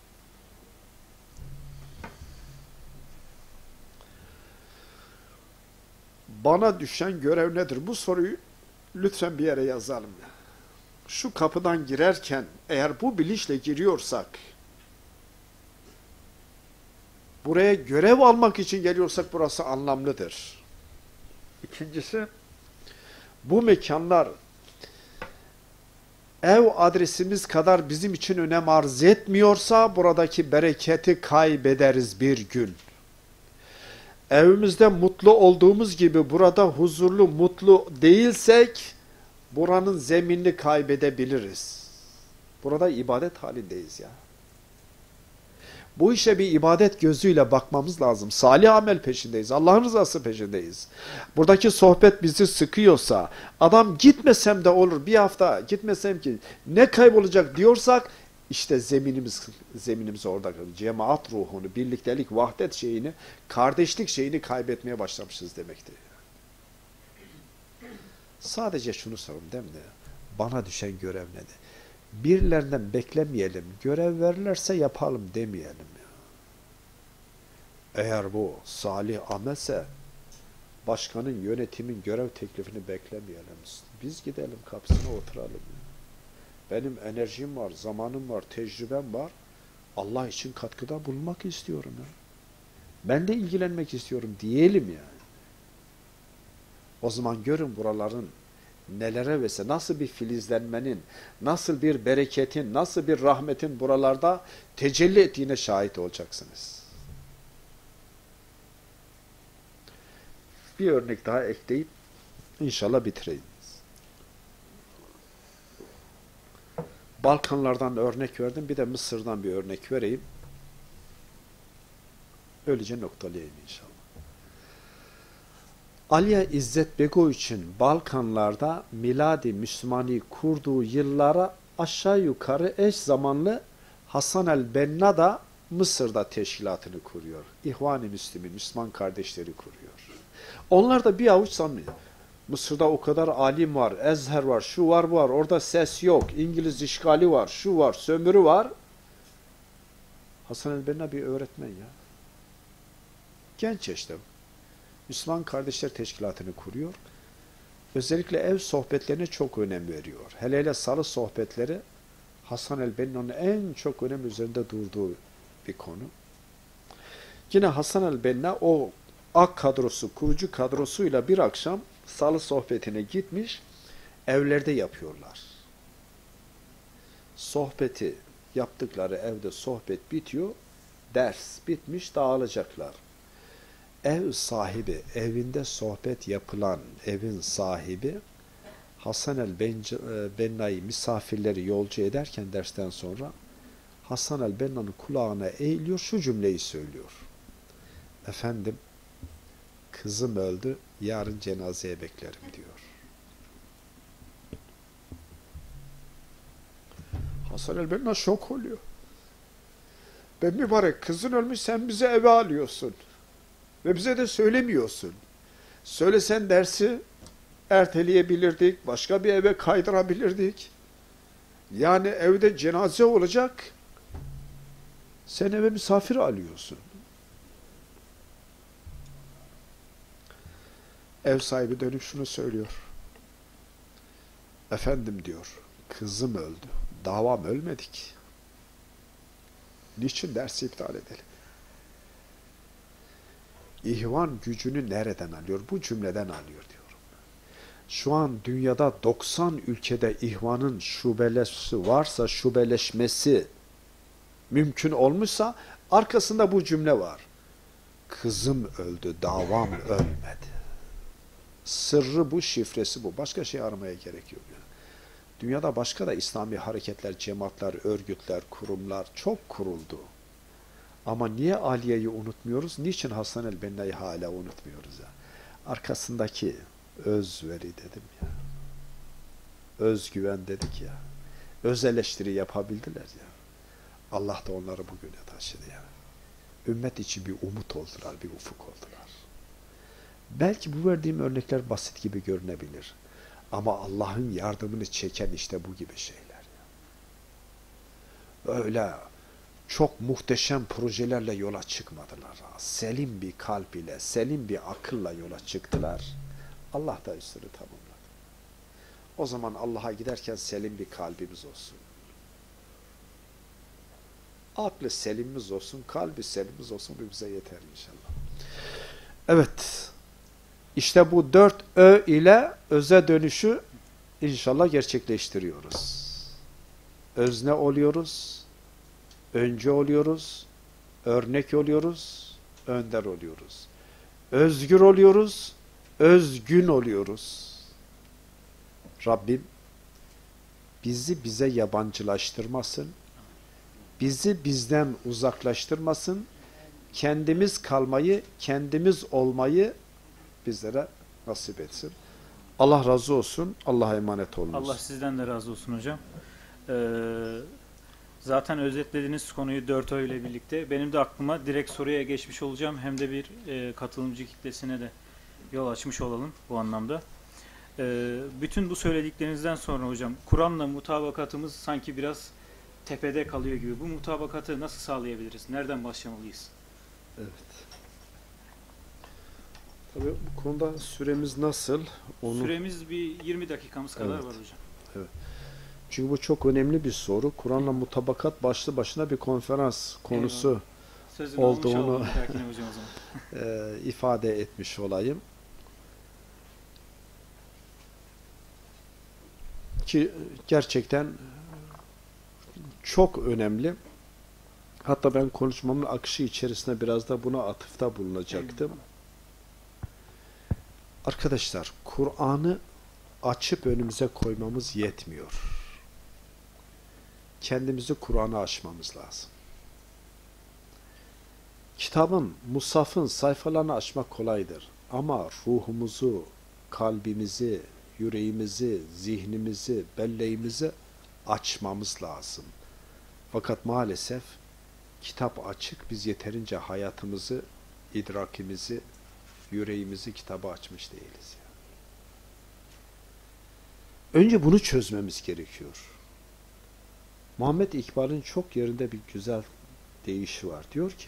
Bana düşen görev nedir? Bu soruyu lütfen bir yere yazalım. Şu kapıdan girerken eğer bu bilinçle giriyorsak, buraya görev almak için geliyorsak burası anlamlıdır. İkincisi, bu mekanlar ev adresimiz kadar bizim için önem arz etmiyorsa buradaki bereketi kaybederiz bir gün. Evimizde mutlu olduğumuz gibi burada huzurlu, mutlu değilsek buranın zeminini kaybedebiliriz. Burada ibadet halindeyiz ya. Bu işe bir ibadet gözüyle bakmamız lazım. Salih amel peşindeyiz. Allah'ın rızası peşindeyiz. Buradaki sohbet bizi sıkıyorsa, adam gitmesem de olur, bir hafta gitmesem ki ne kaybolacak diyorsak, işte zeminimiz orada. Cemaat ruhunu, birliktelik, vahdet şeyini, kardeşlik şeyini kaybetmeye başlamışız demektir. Sadece şunu sorun değil mi? Bana düşen görev nedir? Birilerinden beklemeyelim, görev verirlerse yapalım demeyelim. Eğer bu salih amelse, başkanın, yönetimin görev teklifini beklemeyelim. Biz gidelim kapısına oturalım. Benim enerjim var, zamanım var, tecrübem var. Allah için katkıda bulunmak istiyorum. Ben de ilgilenmek istiyorum diyelim yani. O zaman görün buraların nelere vese, nasıl bir filizlenmenin, nasıl bir bereketin, nasıl bir rahmetin buralarda tecelli ettiğine şahit olacaksınız. Bir örnek daha ekleyip inşallah bitireyim. Balkanlardan örnek verdim, bir de Mısır'dan bir örnek vereyim. Öylece noktalayayım inşallah. Aliye İzzet Begoviç'in Balkanlarda miladi Müslümani kurduğu yıllara aşağı yukarı eş zamanlı Hasan el-Benna da Mısır'da teşkilatını kuruyor. İhvan-ı Müslümin, Müslüman kardeşleri kuruyor. Onlar da bir avuç sanmıyor. Mısır'da o kadar alim var, Ezher var, şu var bu var, orada ses yok, İngiliz işgali var, şu var, sömürü var. Hasan el-Benna bir öğretmen ya. Genç işte. Müslüman Kardeşler Teşkilatı'nı kuruyor. Özellikle ev sohbetlerine çok önem veriyor. Hele hele salı sohbetleri Hasan el-Benna'nın en çok önem üzerinde durduğu bir konu. Yine Hasan el-Benna o AK kadrosu, kurucu kadrosuyla bir akşam salı sohbetine gitmiş, evlerde yapıyorlar. Sohbeti yaptıkları evde sohbet bitiyor, ders bitmiş, dağılacaklar. Ev sahibi, evinde sohbet yapılan evin sahibi Hasan el-Benna'yı misafirleri yolcu ederken dersten sonra Hasan el-Benna'nın kulağına eğiliyor, şu cümleyi söylüyor. Efendim, kızım öldü, yarın cenazeye beklerim diyor. Hasan el-Benna şok oluyor. Ben mübarek, kızın ölmüş, sen bizi eve alıyorsun. Ve bize de söylemiyorsun. Söylesen dersi erteleyebilirdik, başka bir eve kaydırabilirdik. Yani evde cenaze olacak, sen eve misafir alıyorsun. Ev sahibi dönüp şunu söylüyor. Efendim diyor, kızım öldü, davam ölmedik. Niçin dersi iptal edelim? İhvan gücünü nereden alıyor? Bu cümleden alıyor diyorum. Şu an dünyada 90 ülkede ihvanın şubeleşmesi varsa, şubeleşmesi mümkün olmuşsa arkasında bu cümle var. Kızım öldü, davam ölmedi. Sırrı bu, şifresi bu. Başka şey aramaya gerek yok. Yani. Dünyada başka da İslami hareketler, cemaatler, örgütler, kurumlar çok kuruldu. Ama niye Aliye'yi unutmuyoruz? Niçin Hasan el-Benna'yı hala unutmuyoruz ya? Arkasındaki özveri dedim ya. Özgüven dedik ya. Öz eleştiri yapabildiler ya. Allah da onları bugüne taşıdı ya. Ümmet için bir umut oldular, bir ufuk oldular. Belki bu verdiğim örnekler basit gibi görünebilir. Ama Allah'ın yardımını çeken işte bu gibi şeyler. Öyle çok muhteşem projelerle yola çıkmadılar. Selim bir kalp ile, selim bir akılla yola çıktılar. Allah da üstünü tamamladı. O zaman Allah'a giderken selim bir kalbimiz olsun. Aklı selimimiz olsun, kalbi selimimiz olsun, bu bize yeter inşallah. Evet, işte bu 4 Ö ile öze dönüşü inşallah gerçekleştiriyoruz. Özne oluyoruz, önce oluyoruz, örnek oluyoruz, önder oluyoruz. Özgür oluyoruz, özgün oluyoruz. Rabbim bizi bize yabancılaştırmasın, bizi bizden uzaklaştırmasın, kendimiz kalmayı, kendimiz olmayı bizlere nasip etsin. Allah razı olsun, Allah'a emanet olunuz. Allah sizden de razı olsun hocam. Zaten özetlediğiniz konuyu 4Ö ile birlikte benim de aklıma direkt soruya geçmiş olacağım. Hem de bir katılımcı kitlesine de yol açmış olalım bu anlamda. Bütün bu söylediklerinizden sonra hocam, Kur'an'la mutabakatımız sanki biraz tepede kalıyor gibi. Bu mutabakatı nasıl sağlayabiliriz? Nereden başlamalıyız? Evet. Tabii bu konuda süremiz nasıl? Süremiz bir 20 dakikamız kadar var hocam. Evet. Çünkü bu çok önemli bir soru. Kur'an'la mutabakat başlı başına bir konferans konusu olduğunu ifade etmiş olayım. Ki gerçekten çok önemli. Hatta ben konuşmamın akışı içerisinde biraz da buna atıfta bulunacaktım. Arkadaşlar, Kur'an'ı açıp önümüze koymamız yetmiyor. Kendimizi Kur'an'a açmamız lazım. Kitabın, mushafın sayfalarını açmak kolaydır. Ama ruhumuzu, kalbimizi, yüreğimizi, zihnimizi, belleğimizi açmamız lazım. Fakat maalesef kitap açık, biz yeterince hayatımızı, idrakimizi, yüreğimizi kitaba açmış değiliz. Önce bunu çözmemiz gerekiyor. Muhammed İkbal'in çok yerinde bir güzel deyişi var. Diyor ki,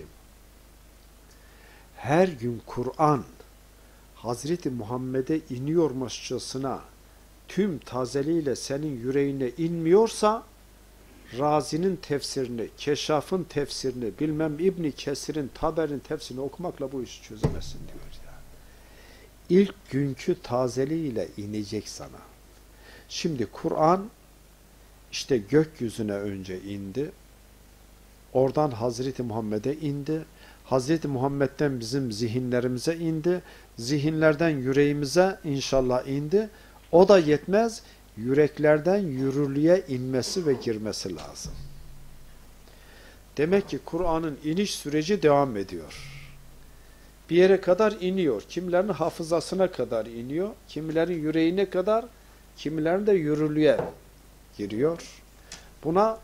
her gün Kur'an Hazreti Muhammed'e iniyormuşçasına tüm tazeliğiyle senin yüreğine inmiyorsa, Razi'nin tefsirini, Keşaf'ın tefsirini, bilmem İbn Kesir'in, Taber'in tefsirini okumakla bu işi çözemezsin diyor. Yani. İlk günkü tazeliğiyle inecek sana. Şimdi Kur'an işte gökyüzüne önce indi. Oradan Hazreti Muhammed'e indi. Hazreti Muhammed'den bizim zihinlerimize indi. Zihinlerden yüreğimize inşallah indi. O da yetmez. Yüreklerden yürürlüğe inmesi ve girmesi lazım. Demek ki Kur'an'ın iniş süreci devam ediyor. Bir yere kadar iniyor. Kimilerin hafızasına kadar iniyor. Kimilerin yüreğine kadar, kimilerin de yürürlüğe giriyor. Buna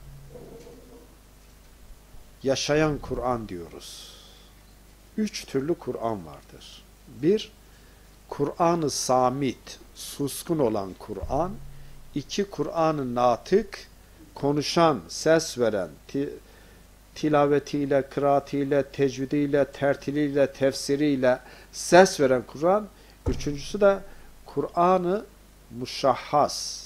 yaşayan Kur'an diyoruz. 3 türlü Kur'an vardır. Bir, Kur'an-ı samit, suskun olan Kur'an. 2, Kur'an-ı natık, konuşan, ses veren, tilavetiyle, kıraatiyle, tecvidiyle, tertiliyle, tefsiriyle ses veren Kur'an. 3.'sü de Kur'an-ı muşahhas,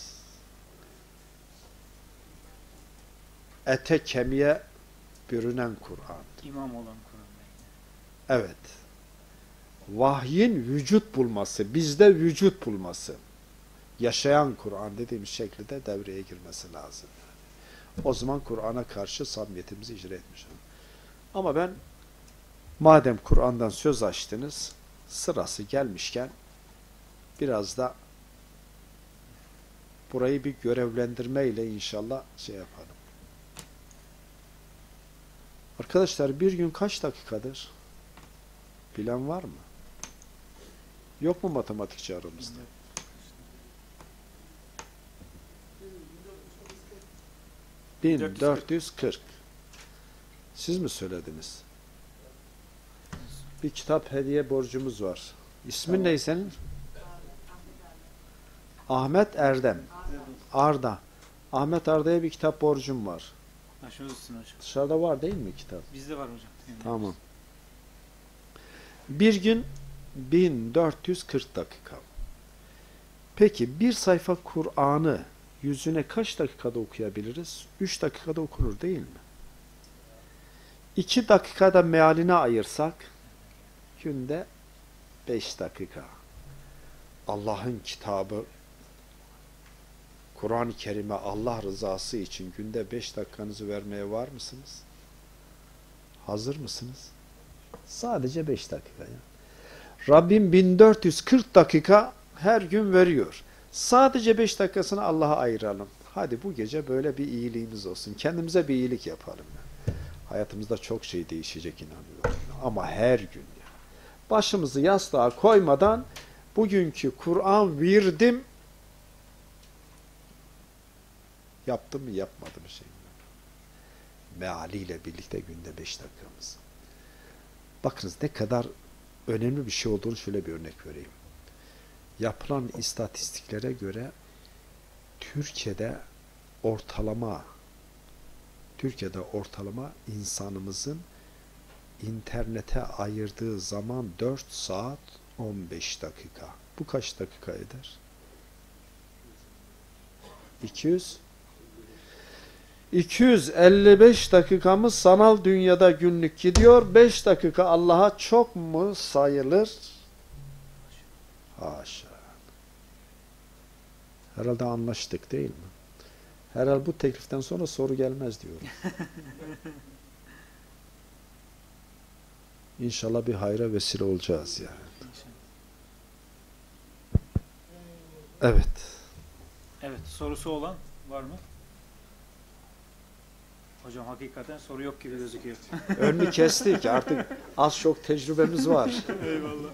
ete kemiğe bürünen Kur'an. İmam olan Kur'an. Evet. Vahyin vücut bulması, bizde vücut bulması. Yaşayan Kur'an dediğimiz şekilde devreye girmesi lazım. O zaman Kur'an'a karşı samimiyetimizi icra etmiş oluruz. Ama ben, madem Kur'an'dan söz açtınız, sırası gelmişken biraz da burayı bir görevlendirmeyle inşallah şey yapalım. Arkadaşlar bir gün kaç dakikadır? Bilen var mı? Yok mu matematikçi aramızda? Evet. 1440. Siz mi söylediniz? Bir kitap hediye borcumuz var. İsmin ne senin? Ahmet Erdem. Arda. Ahmet Arda'ya bir kitap borcum var. Aşağıdasın hocam. Dışarıda var değil mi kitap? Bizde var hocam. Yani Tamam. Bir gün 1440 dakika. Peki bir sayfa Kur'an'ı yüzüne kaç dakikada okuyabiliriz? 3 dakikada okunur değil mi? 2 dakikada mealine ayırsak günde 5 dakika. Allah'ın kitabı Kur'an-ı Kerim'e Allah rızası için günde 5 dakikanızı vermeye var mısınız? Hazır mısınız? Sadece 5 dakika. Ya. Rabbim 1440 dakika her gün veriyor. Sadece 5 dakikasını Allah'a ayıralım. Hadi bu gece böyle bir iyiliğimiz olsun. Kendimize bir iyilik yapalım. Ya. Hayatımızda çok şey değişecek inanıyorum. Ama her gün. Ya. Başımızı yastığa koymadan bugünkü Kur'an virdim yaptım mı yapmadım mı şey. Mealiyle birlikte günde 5 dakikamız. Bakınız ne kadar önemli bir şey olduğunu şöyle bir örnek vereyim. Yapılan istatistiklere göre Türkiye'de ortalama insanımızın internete ayırdığı zaman 4 saat 15 dakika. Bu kaç dakika eder? 255 dakikamız sanal dünyada günlük gidiyor. 5 dakika Allah'a çok mu sayılır? Haşa. Herhalde anlaştık değil mi? Herhalde bu tekliften sonra soru gelmez diyorum. İnşallah bir hayra vesile olacağız yani. Evet. Evet, sorusu olan var mı? Hocam hakikaten soru yok gibi gözüküyor. Önünü kestik. Artık az çok tecrübemiz var. Eyvallah.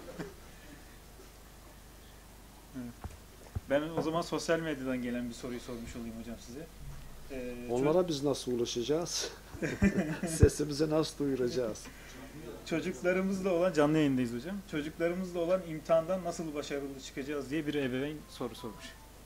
Evet. Ben o zaman sosyal medyadan gelen bir soruyu sormuş olayım hocam size. Onlara biz nasıl ulaşacağız? Sesimizi nasıl duyuracağız? Çocuklarımızla olan, canlı yayındayız hocam. Çocuklarımızla olan imtihandan nasıl başarılı çıkacağız diye bir ebeveyn soru sormuş.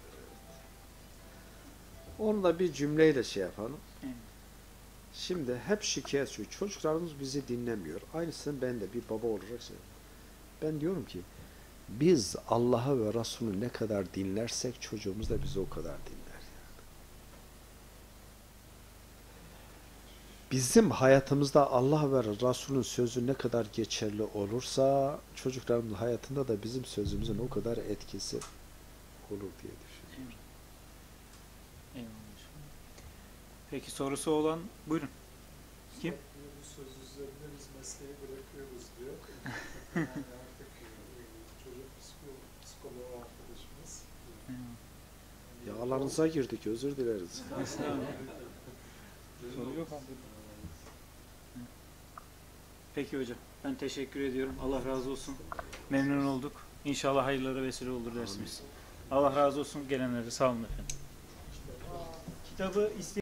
Onu da bir cümleyle şey yapalım. Evet. Şimdi hep şikayetçi. Çocuklarımız bizi dinlemiyor. Aynısını ben de bir baba olarak söylüyorum. Ben diyorum ki biz Allah'ı ve Resulü ne kadar dinlersek çocuğumuz da bizi o kadar dinler. Bizim hayatımızda Allah ve Resul'ün sözü ne kadar geçerli olursa çocuklarımızın hayatında da bizim sözümüzün o kadar etkisi olur diye düşünüyorum. Eyvallah. Peki sorusu olan buyurun. Kim? Bu söz üzerinde biz mesleği bırakıyoruz diyor. Yani artık çocuk psikoloğu arkadaşımız. Ya alanınıza girdik, özür dileriz. Soru yok abi. Peki hocam. Ben teşekkür ediyorum. Allah razı olsun. Memnun olduk. İnşallah hayırlara vesile olur dersimiz. Allah razı olsun gelenlere. Sağ olun efendim. Kitabı